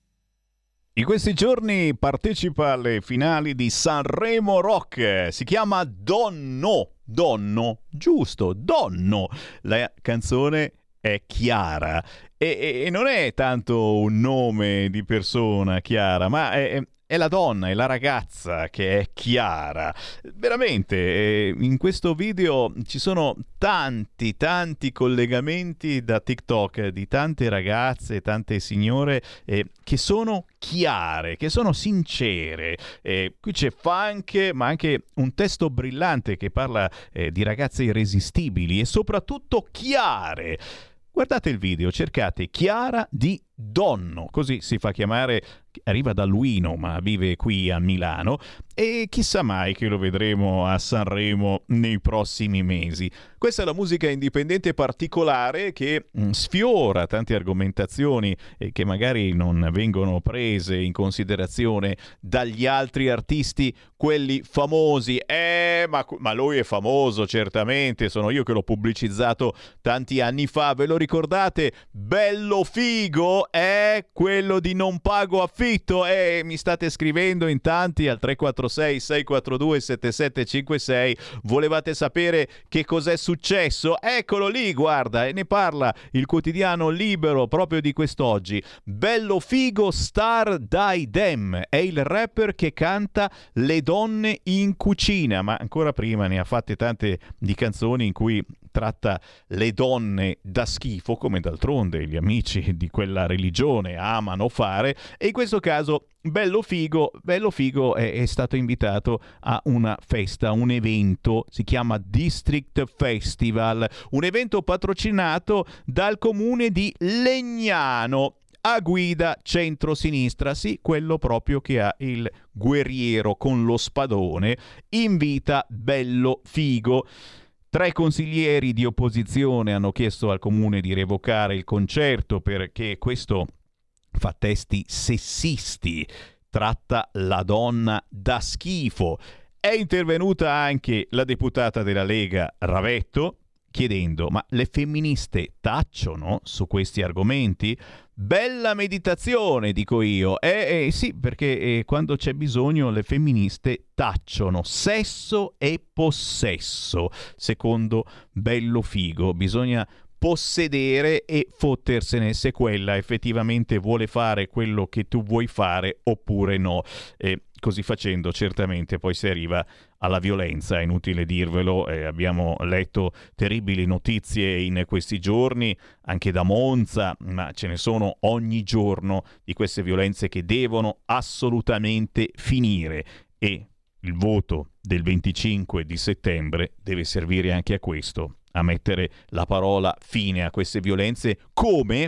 In questi giorni partecipa alle finali di Sanremo Rock, si chiama Donno, Donno, giusto, Donno, la canzone è Chiara e, e, e non è tanto un nome di persona Chiara, ma è, è la donna, è la ragazza che è Chiara. Veramente, eh, in questo video ci sono tanti, tanti collegamenti da TikTok di tante ragazze, tante signore eh, che sono chiare, che sono sincere. Eh, qui c'è funk, ma anche un testo brillante che parla eh, di ragazze irresistibili e soprattutto chiare. Guardate il video, cercate Chiara di Donno, così si fa chiamare, arriva da Luino ma vive qui a Milano e chissà mai che lo vedremo a Sanremo nei prossimi mesi. Questa è la musica indipendente particolare che mh, sfiora tante argomentazioni eh, che magari non vengono prese in considerazione dagli altri artisti, quelli famosi. Eh, ma, ma lui è famoso, certamente, sono io che l'ho pubblicizzato tanti anni fa, ve lo ricordate? Bello figo è quello di Non pago affitto e eh, mi state scrivendo in tanti al tre quattro sei sei quattro due sette sette cinque sei. Volevate sapere che cos'è successo? Eccolo lì, guarda, e ne parla il quotidiano Libero proprio di quest'oggi. Bello figo star dai Dem, è il rapper che canta Le donne in cucina, ma ancora prima ne ha fatte tante di canzoni in cui tratta le donne da schifo, come d'altronde gli amici di quella religione amano fare, e in questo caso Bello Figo, Bello Figo è, è stato invitato a una festa, un evento, si chiama District Festival, un evento patrocinato dal comune di Legnano, a guida centro-sinistra, sì, quello proprio che ha il guerriero con lo spadone, invita Bello Figo. Tre consiglieri di opposizione hanno chiesto al comune di revocare il concerto perché questo fa testi sessisti, tratta la donna da schifo. È intervenuta anche la deputata della Lega Ravetto chiedendo: ma le femministe tacciono su questi argomenti? Bella meditazione, dico io. Eh, eh sì, perché eh, quando c'è bisogno le femministe tacciono. Sesso e possesso, secondo Bello Figo. Bisogna possedere e fottersene se quella effettivamente vuole fare quello che tu vuoi fare oppure no. Eh, così facendo certamente poi si arriva alla violenza, è inutile dirvelo, eh, abbiamo letto terribili notizie in questi giorni, anche da Monza, ma ce ne sono ogni giorno di queste violenze che devono assolutamente finire e il voto del venticinque di settembre deve servire anche a questo, a mettere la parola fine a queste violenze, come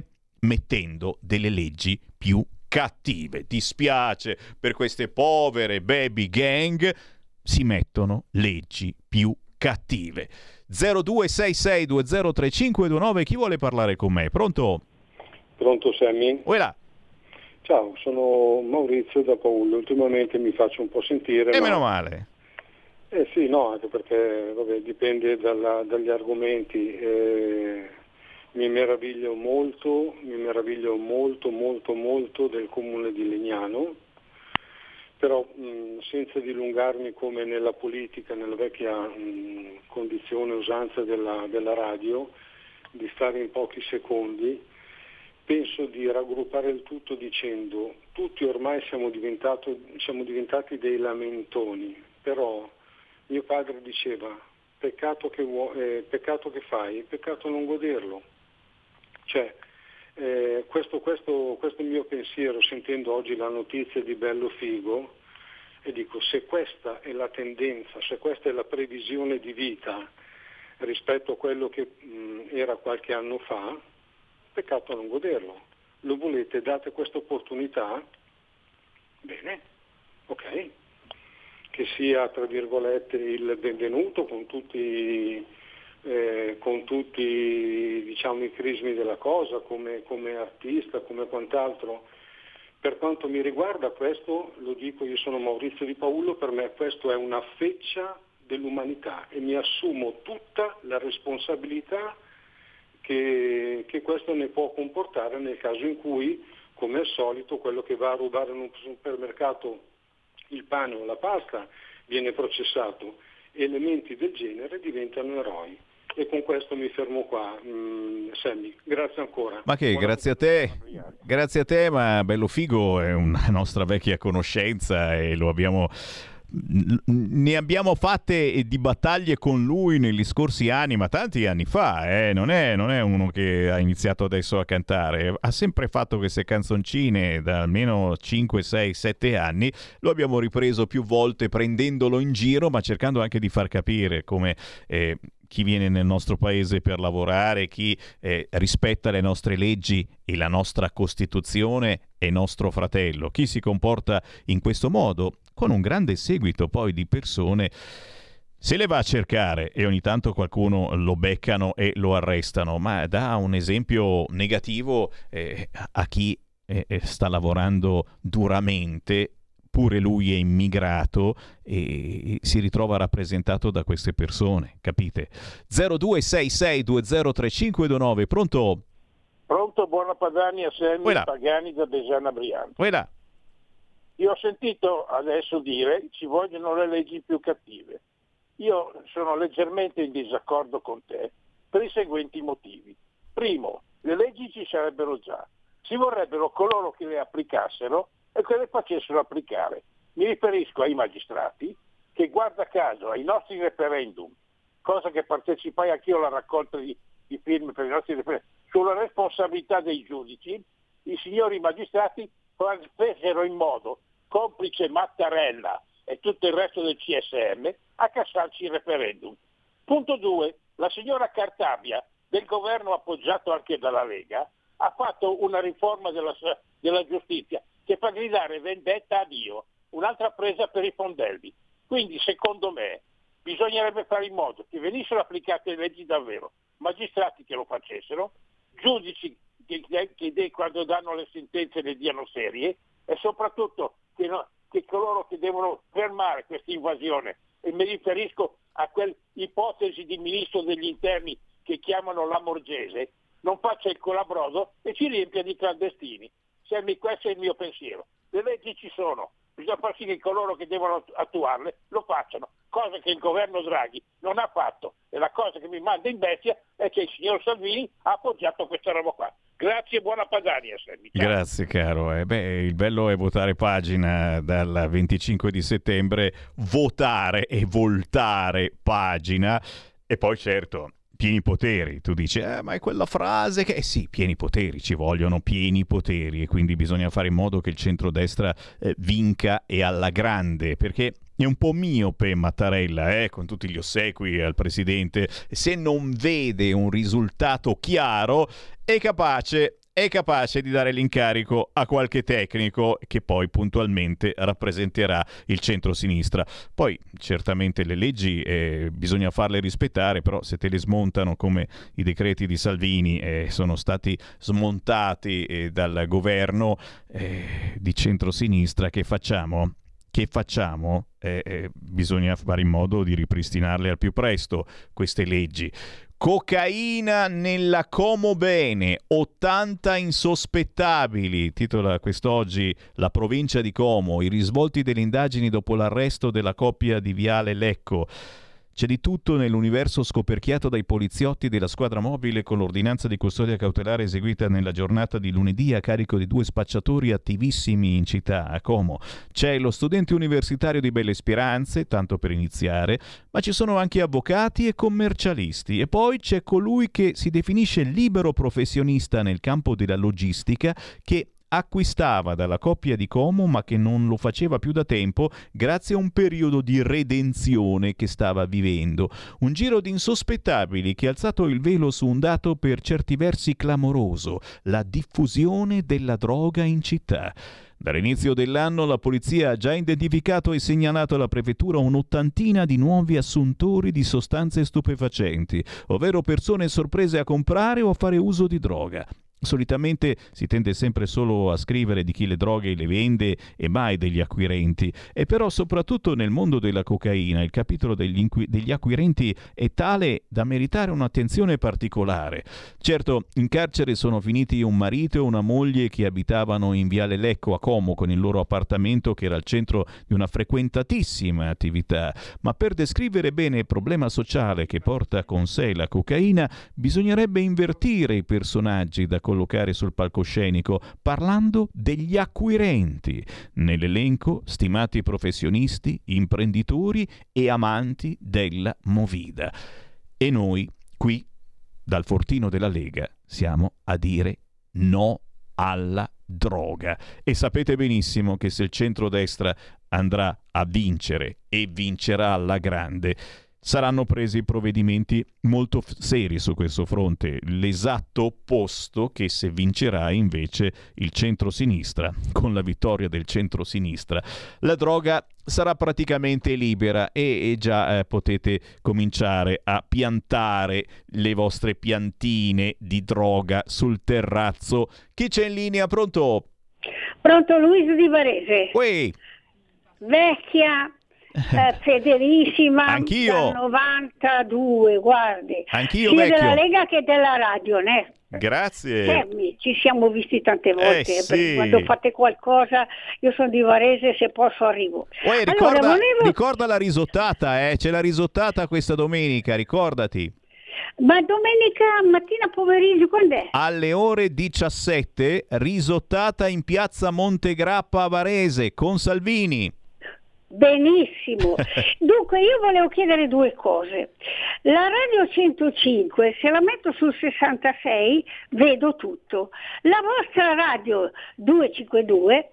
mettendo delle leggi più cattive. Dispiace per queste povere baby gang, si mettono leggi più cattive. zero due sei sei due zero tre cinque due nove, chi vuole parlare con me? Pronto? Pronto Sammy? Uela. Ciao, sono Maurizio da Paolo, ultimamente mi faccio un po' sentire. E ma... meno male. Eh sì, no, anche perché vabbè, dipende dalla, dagli argomenti. Eh, mi meraviglio molto, mi meraviglio molto, molto, molto del comune di Legnano, però mh, senza dilungarmi come nella politica, nella vecchia mh, condizione, usanza della, della radio, di stare in pochi secondi, penso di raggruppare il tutto dicendo tutti ormai siamo, siamo diventati dei lamentoni, però mio padre diceva peccato che, eh, peccato che fai, peccato non goderlo. Cioè, eh, questo, questo, questo è il mio pensiero sentendo oggi la notizia di Bello Figo, e dico se questa è la tendenza, se questa è la previsione di vita rispetto a quello che mh, era qualche anno fa, peccato non goderlo. Lo volete, date questa opportunità? Bene, ok. Che sia tra virgolette il benvenuto con tutti, eh, con tutti diciamo, i crismi della cosa, come, come artista, come quant'altro. Per quanto mi riguarda questo, lo dico, io sono Maurizio Di Paolo, per me questo è una feccia dell'umanità e mi assumo tutta la responsabilità che, che questo ne può comportare nel caso in cui, come al solito, quello che va a rubare in un supermercato il pane o la pasta viene processato, elementi del genere diventano eroi. E con questo mi fermo qua, mm, Sammy, grazie ancora. Ma che, Buona grazie a te, grazie a te, ma Bello Figo è una nostra vecchia conoscenza e lo abbiamo... ne abbiamo fatte di battaglie con lui negli scorsi anni, ma tanti anni fa, eh? non, è, non è uno che ha iniziato adesso a cantare, ha sempre fatto queste canzoncine da almeno cinque, sei, sette anni, lo abbiamo ripreso più volte prendendolo in giro, ma cercando anche di far capire come eh, chi viene nel nostro paese per lavorare, chi eh, rispetta le nostre leggi e la nostra Costituzione è nostro fratello, chi si comporta in questo modo con un grande seguito poi di persone se le va a cercare e ogni tanto qualcuno lo beccano e lo arrestano, ma dà un esempio negativo eh, a chi eh, sta lavorando duramente, pure lui è immigrato e si ritrova rappresentato da queste persone, capite? zero due sei sei due zero tre cinque due nove, pronto? Pronto, buona Padania, Sammy Pagani da Besana Brianza. Uela. Io ho sentito adesso dire ci vogliono le leggi più cattive. Io sono leggermente in disaccordo con te per i seguenti motivi. Primo, le leggi ci sarebbero già, ci vorrebbero coloro che le applicassero e che le facessero applicare. Mi riferisco ai magistrati che, guarda caso, ai nostri referendum, cosa che partecipai anch'io alla raccolta di, di firme per i nostri referendum, sulla responsabilità dei giudici, i signori magistrati fecero in modo, complice Mattarella e tutto il resto del C S M, a cassarci il referendum. Punto due, la signora Cartabia, del governo appoggiato anche dalla Lega, ha fatto una riforma della, della giustizia che fa gridare vendetta a Dio, un'altra presa per i fondelli. Quindi secondo me bisognerebbe fare in modo che venissero applicate le leggi davvero, magistrati che lo facessero, giudici che, che quando danno le sentenze le diano serie e soprattutto che, no, che coloro che devono fermare questa invasione, e mi riferisco a quell'ipotesi di ministro degli interni che chiamano Lamorgese, non faccia il colabrodo e ci riempia di clandestini. Sammy, questo è il mio pensiero. Le leggi ci sono, bisogna far sì che coloro che devono attuarle lo facciano, cosa che il governo Draghi non ha fatto. E la cosa che mi manda in bestia è che il signor Salvini ha appoggiato questa roba qua. Grazie e buona Padania, Sammy. Ciao. Grazie caro. Eh beh, il bello è votare pagina dal venticinque di settembre, votare e voltare pagina e poi certo pieni poteri. Tu dici, eh, ma è quella frase che... Eh sì, pieni poteri, ci vogliono pieni poteri e quindi bisogna fare in modo che il centrodestra eh, vinca e alla grande, perché è un po' miope Mattarella, eh, con tutti gli ossequi al presidente, se non vede un risultato chiaro è capace è capace di dare l'incarico a qualche tecnico che poi puntualmente rappresenterà il centro-sinistra. Poi certamente le leggi eh, bisogna farle rispettare, però se te le smontano come i decreti di Salvini eh, sono stati smontati eh, dal governo eh, di centro-sinistra, che facciamo? Che facciamo? Eh, eh, bisogna fare in modo di ripristinarle al più presto queste leggi. Cocaina nella Como Bene, ottanta insospettabili, titola quest'oggi la provincia di Como, i risvolti delle indagini dopo l'arresto della coppia di Viale Lecco. C'è di tutto nell'universo scoperchiato dai poliziotti della squadra mobile con l'ordinanza di custodia cautelare eseguita nella giornata di lunedì a carico di due spacciatori attivissimi in città, a Como. C'è lo studente universitario di Belle Speranze, tanto per iniziare, ma ci sono anche avvocati e commercialisti. E poi c'è colui che si definisce libero professionista nel campo della logistica, che acquistava dalla coppia di Como ma che non lo faceva più da tempo grazie a un periodo di redenzione che stava vivendo. Un giro di insospettabili che ha alzato il velo su un dato per certi versi clamoroso: la diffusione della droga in città. Dall'inizio dell'anno la polizia ha già identificato e segnalato alla prefettura un'ottantina di nuovi assuntori di sostanze stupefacenti, ovvero persone sorprese a comprare o a fare uso di droga. Solitamente si tende sempre solo a scrivere di chi le droghe le vende e mai degli acquirenti, e però soprattutto nel mondo della cocaina il capitolo degli, inqui- degli acquirenti è tale da meritare un'attenzione particolare. Certo, in carcere sono finiti un marito e una moglie che abitavano in Viale Lecco a Como con il loro appartamento che era al centro di una frequentatissima attività, ma per descrivere bene il problema sociale che porta con sé la cocaina bisognerebbe invertire i personaggi da collocare sul palcoscenico, parlando degli acquirenti. Nell'elenco stimati professionisti, imprenditori e amanti della movida. E noi, qui, dal fortino della Lega, siamo a dire no alla droga. E sapete benissimo che se il centrodestra andrà a vincere e vincerà alla grande, saranno presi provvedimenti molto f- seri su questo fronte, l'esatto opposto che se vincerà invece il centro-sinistra. Con la vittoria del centro-sinistra la droga sarà praticamente libera e, e già eh, potete cominciare a piantare le vostre piantine di droga sul terrazzo. Chi c'è in linea? Pronto? Pronto, Luisa di Varese. Uè. Vecchia, eh, fedelissima. Anch'io. Dal novantadue, guardi. Anch'io sia vecchio. della Lega che della radio, né? Grazie. Fermi, ci siamo visti tante volte, Eh, sì. perché quando fate qualcosa, io sono di Varese, se posso arrivo. Uè, ricorda, allora, volevo... ricorda la risottata, eh? C'è la risottata questa domenica, ricordati. Ma domenica mattina pomeriggio quando è? Alle ore diciassette, risottata in piazza Montegrappa a Varese con Salvini. Benissimo. Dunque io volevo chiedere due cose. La radio centocinque, se la metto sul sessantasei vedo tutto. La vostra radio duecentocinquantadue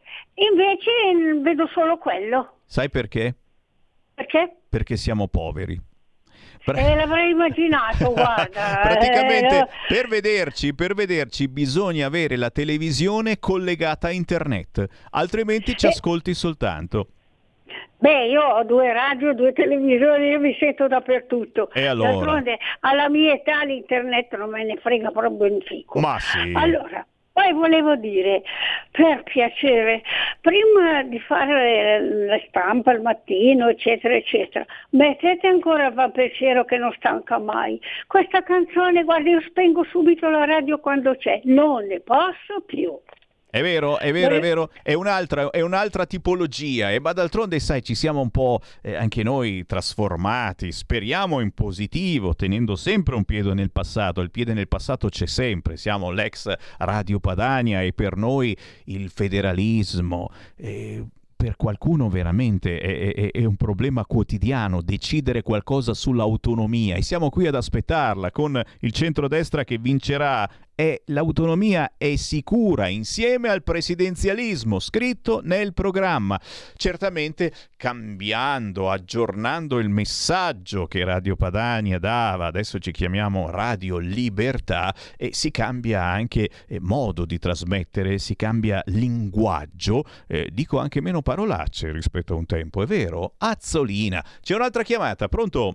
invece vedo solo quello. Sai perché? Perché? Perché siamo poveri. Eh, l'avrei immaginato, guarda. Praticamente eh, per vederci, per vederci bisogna avere la televisione collegata a internet, altrimenti ci Eh. ascolti soltanto. Beh, io ho due radio, due televisioni, io mi sento dappertutto. E allora? D'altronde, alla mia età l'internet non me ne frega proprio un fico. Ma sì. Allora, poi volevo dire, per piacere, prima di fare la stampa al mattino, eccetera, eccetera, mettete ancora Va Pensiero che non stanca mai. Questa canzone, guarda, io spengo subito la radio quando c'è, non ne posso più. È vero, è vero, è vero, è un'altra, è un'altra tipologia, e ma d'altronde sai ci siamo un po' eh, anche noi trasformati, speriamo in positivo, tenendo sempre un piede nel passato, il piede nel passato c'è sempre, siamo l'ex Radio Padania e per noi il federalismo, eh, per qualcuno veramente è, è, è un problema quotidiano decidere qualcosa sull'autonomia e siamo qui ad aspettarla con il centrodestra che vincerà è l'autonomia è sicura insieme al presidenzialismo scritto nel programma, certamente cambiando, aggiornando il messaggio che Radio Padania dava, adesso ci chiamiamo Radio Libertà, e si cambia anche eh, modo di trasmettere, si cambia linguaggio, eh, dico anche meno parolacce rispetto a un tempo, è vero? Azzolina. C'è un'altra chiamata, pronto?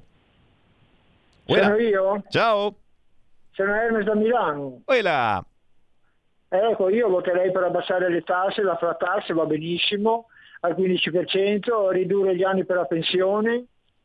Sono io? Ciao. Sono Hermes da Milano. Uela. Ecco, io voterei per abbassare le tasse, la flat tax va benissimo, al quindici per cento, ridurre gli anni per la pensione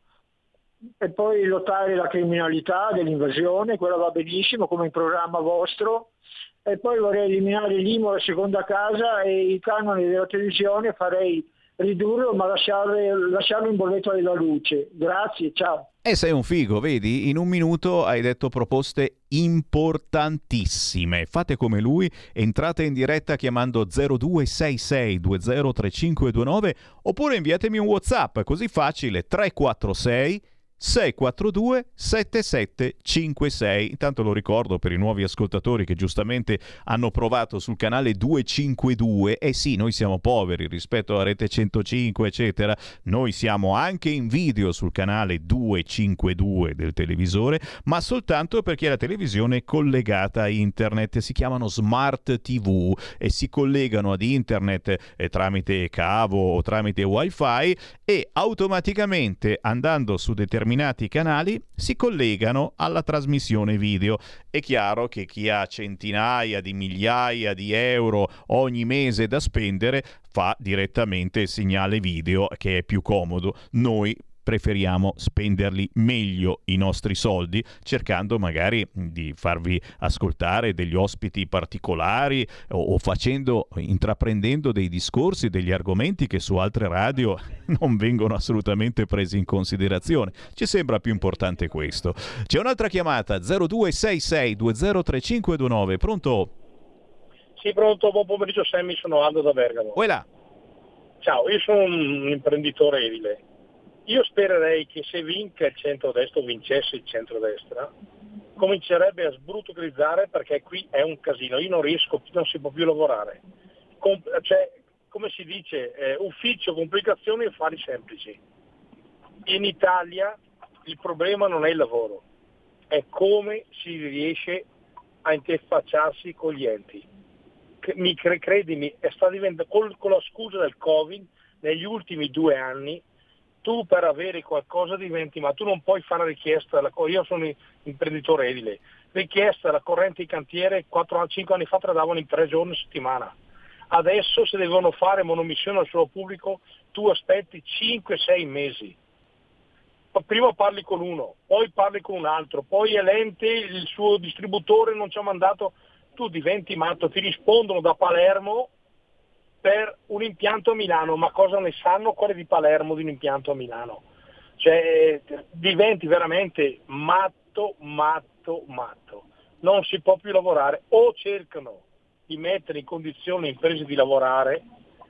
e poi lottare la criminalità dell'invasione, quella va benissimo come in programma vostro, e poi vorrei eliminare l'I M U alla seconda casa e i canoni della televisione farei ridurlo ma lasciarlo, lasciarlo in bolletta della luce. Grazie, ciao. E sei un figo, vedi? In un minuto hai detto proposte importantissime. Fate come lui, entrate in diretta chiamando zero due sei sei due zero tre cinque due nove oppure inviatemi un WhatsApp, così facile, tre quattro sei sei quattro due sette sette cinque sei. Intanto lo ricordo per i nuovi ascoltatori che giustamente hanno provato sul canale duecentocinquantadue. Eh sì, noi siamo poveri rispetto a Rete centocinque eccetera, noi siamo anche in video sul canale duecentocinquantadue del televisore, ma soltanto perché la televisione è collegata a internet, si chiamano smart tivù e si collegano ad internet eh, tramite cavo o tramite wifi, e automaticamente andando su determinati canali si collegano alla trasmissione video. È chiaro che chi ha centinaia di migliaia di euro ogni mese da spendere fa direttamente il segnale video, che è più comodo. Noi preferiamo spenderli meglio i nostri soldi, cercando magari di farvi ascoltare degli ospiti particolari o, o facendo, intraprendendo dei discorsi, degli argomenti che su altre radio non vengono assolutamente presi in considerazione. Ci sembra più importante questo. C'è un'altra chiamata, zero due sei sei due zero tre cinque due nove, pronto? Sì, pronto, buon pomeriggio Sammy, sono Aldo da Bergamo. Uela. Ciao, io sono un imprenditore edile. Io spererei che se vinca il centrodestra o vincesse il centrodestra, comincerebbe a sbrutalizzare, perché qui è un casino, io non riesco, non si può più lavorare. Com- cioè, come si dice, eh, ufficio, complicazioni e affari semplici. In Italia il problema non è il lavoro, è come si riesce a interfacciarsi con gli enti. Mi cre- credimi, è sta diventando, col- con la scusa del Covid, negli ultimi due anni, tu per avere qualcosa diventi, ma tu non puoi fare richiesta, alla, io sono imprenditore edile, richiesta alla corrente di cantiere quattro cinque anni fa te la davano in tre giorni a settimana, adesso se devono fare monomissione al suo pubblico tu aspetti cinque sei mesi, prima parli con uno, poi parli con un altro, poi è l'ente, il suo distributore non ci ha mandato, tu diventi matto, ti rispondono da Palermo per un impianto a Milano, ma cosa ne sanno quelli di Palermo di un impianto a Milano? Cioè diventi veramente matto, matto, matto. Non si può più lavorare, o cercano di mettere in condizione le imprese di lavorare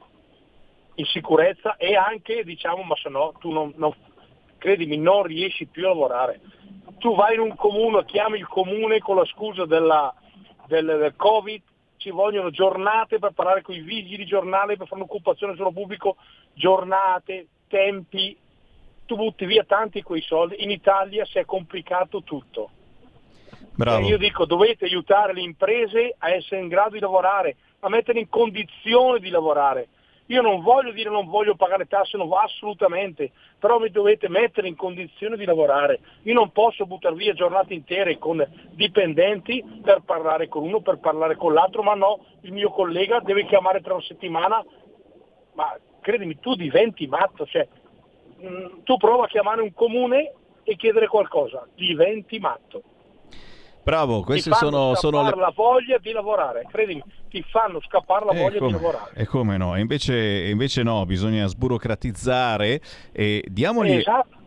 in sicurezza e anche diciamo, ma se no tu non, non credimi, non riesci più a lavorare. Tu vai in un comune, chiami il comune con la scusa della, del, del Covid, ci vogliono giornate per parlare con i vigili giornali, per fare un'occupazione sul pubblico, giornate, tempi, tu butti via tanti quei soldi. In Italia si è complicato tutto. Bravo. E io dico, dovete aiutare le imprese a essere in grado di lavorare, a mettere in condizione di lavorare. Io non voglio dire non voglio pagare tasse, non assolutamente, però mi dovete mettere in condizione di lavorare. Io non posso buttare via giornate intere con dipendenti per parlare con uno, per parlare con l'altro, ma no, il mio collega deve chiamare tra una settimana, ma credimi, tu diventi matto, cioè, mh, tu prova a chiamare un comune e chiedere qualcosa, diventi matto. Bravo, queste ti fanno sono, sono le... la voglia di lavorare, credimi, ti fanno scappare la voglia come, di lavorare. E come no, invece, invece no, bisogna sburocratizzare e diamogli, esatto.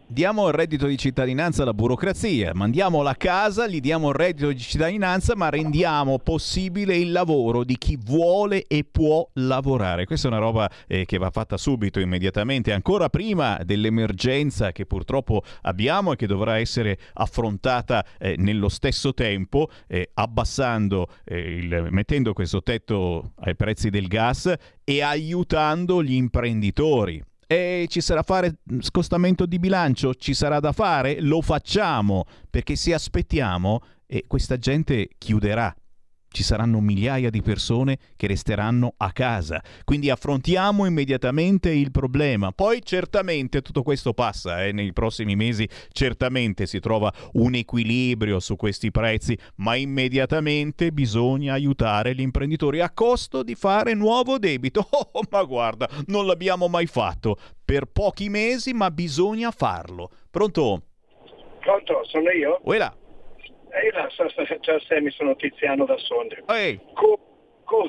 diamo il reddito di cittadinanza alla burocrazia, mandiamo la casa, gli diamo il reddito di cittadinanza, ma rendiamo possibile il lavoro di chi vuole e può lavorare. Questa è una roba eh, che va fatta subito, immediatamente, ancora prima dell'emergenza che purtroppo abbiamo e che dovrà essere affrontata eh, nello stesso tempo, eh, abbassando, eh, il, mettendo questo tetto ai prezzi del gas e aiutando gli imprenditori. E ci sarà fare scostamento di bilancio? Ci sarà da fare? Lo facciamo, perché se aspettiamo eh, questa gente chiuderà. Ci saranno migliaia di persone che resteranno a casa. Quindi affrontiamo immediatamente il problema. Poi certamente tutto questo passa, eh, nei prossimi mesi certamente si trova un equilibrio su questi prezzi, ma immediatamente bisogna aiutare gli imprenditori a costo di fare nuovo debito. Oh, ma guarda, non l'abbiamo mai fatto. Per pochi mesi, ma bisogna farlo. Pronto? Pronto, sono io? Uela. Ehi là, ciao Sammy, sono Tiziano da Sondrio. Hey. Co- co-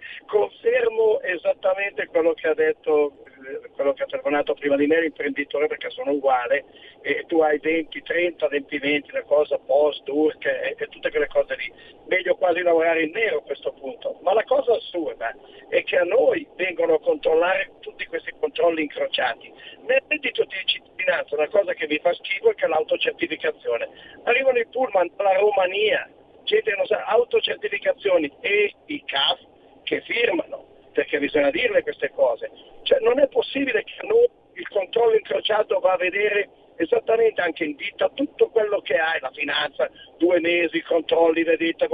confermo esattamente quello che ha detto, quello che ha telefonato prima di me l'imprenditore, perché sono uguale, e tu hai venti trenta, adempimenti, una cosa post, U R C e, e tutte quelle cose lì. Meglio quasi lavorare in nero a questo punto. Ma la cosa assurda è che a noi vengono a controllare tutti questi controlli incrociati. Nel reddito di cittadinanza una cosa che mi fa schifo è che l'autocertificazione. Arrivano i pullman dalla Romania, gente che non sa, autocertificazioni e i C A F che firmano, perché bisogna dirle queste cose. Cioè non è possibile che noi il controllo incrociato va a vedere esattamente anche in ditta tutto quello che hai, la finanza, due mesi, controlli le ditte,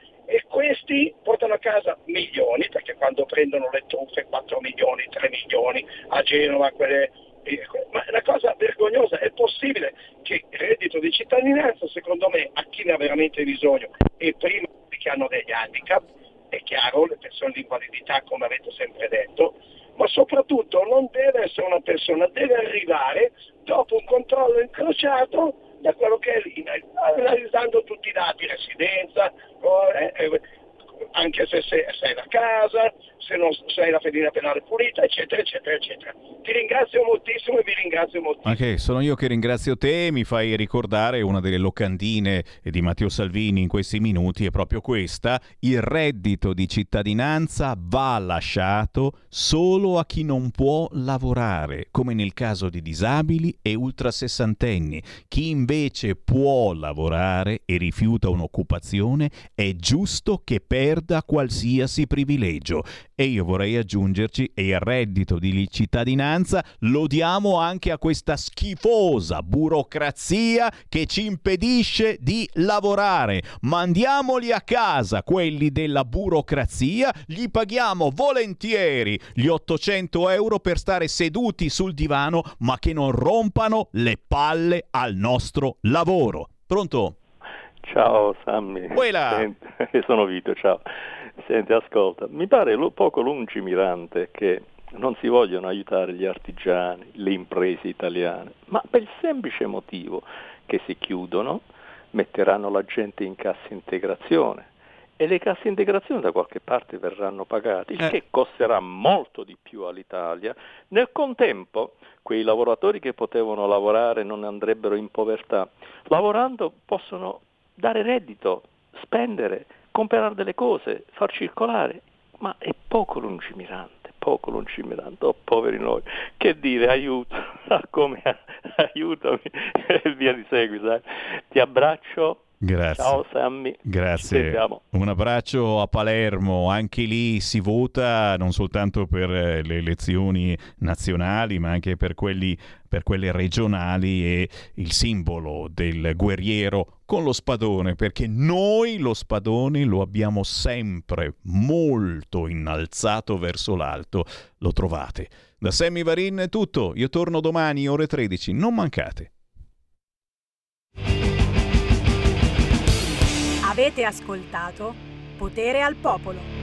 e questi portano a casa milioni, perché quando prendono le truffe quattro milioni, tre milioni a Genova, quelle, ma è una cosa vergognosa. È possibile che il reddito di cittadinanza, secondo me, a chi ne ha veramente bisogno, e prima che hanno degli handicap, è chiaro, le persone di invalidità, come avete sempre detto, ma soprattutto non deve essere una persona, deve arrivare dopo un controllo incrociato da quello che è lì, analizzando tutti i dati, residenza, eh, anche se sei, sei la casa, se non sei la fedina penale pulita, eccetera, eccetera, eccetera. Ti ringrazio moltissimo e vi ringrazio moltissimo. Ok, sono io che ringrazio te, mi fai ricordare una delle locandine di Matteo Salvini in questi minuti, è proprio questa: il reddito di cittadinanza va lasciato solo a chi non può lavorare, come nel caso di disabili e ultrasessantenni. Chi invece può lavorare e rifiuta un'occupazione è giusto che perda qualsiasi privilegio. E io vorrei aggiungerci, e il reddito di cittadinanza lo diamo anche a questa schifosa burocrazia che ci impedisce di lavorare. Mandiamoli a casa quelli della burocrazia, gli paghiamo volentieri gli ottocento euro per stare seduti sul divano, ma che non rompano le palle al nostro lavoro. Pronto? Ciao Sammy. Senti, sono Vito, ciao. Senti, ascolta, mi pare lo, poco lungimirante che non si vogliono aiutare gli artigiani, le imprese italiane, ma per il semplice motivo che si chiudono, metteranno la gente in cassa integrazione e le casse integrazione da qualche parte verranno pagate, il eh. che costerà molto di più all'Italia. Nel contempo, quei lavoratori che potevano lavorare non andrebbero in povertà. Lavorando possono dare reddito, spendere, comprare delle cose, far circolare, ma è poco lungimirante, poco lungimirante, oh poveri noi, che dire, aiuto, come aiutami e via di seguito, ti abbraccio. Grazie. Ciao Sammy. Grazie. Un abbraccio a Palermo, anche lì si vota non soltanto per le elezioni nazionali, ma anche per quelli per quelle regionali, e il simbolo del guerriero con lo spadone, perché noi lo spadone lo abbiamo sempre molto innalzato verso l'alto. Lo trovate. Da Sammy Varin è tutto, io torno domani ore tredici, non mancate. Avete ascoltato Potere al Popolo.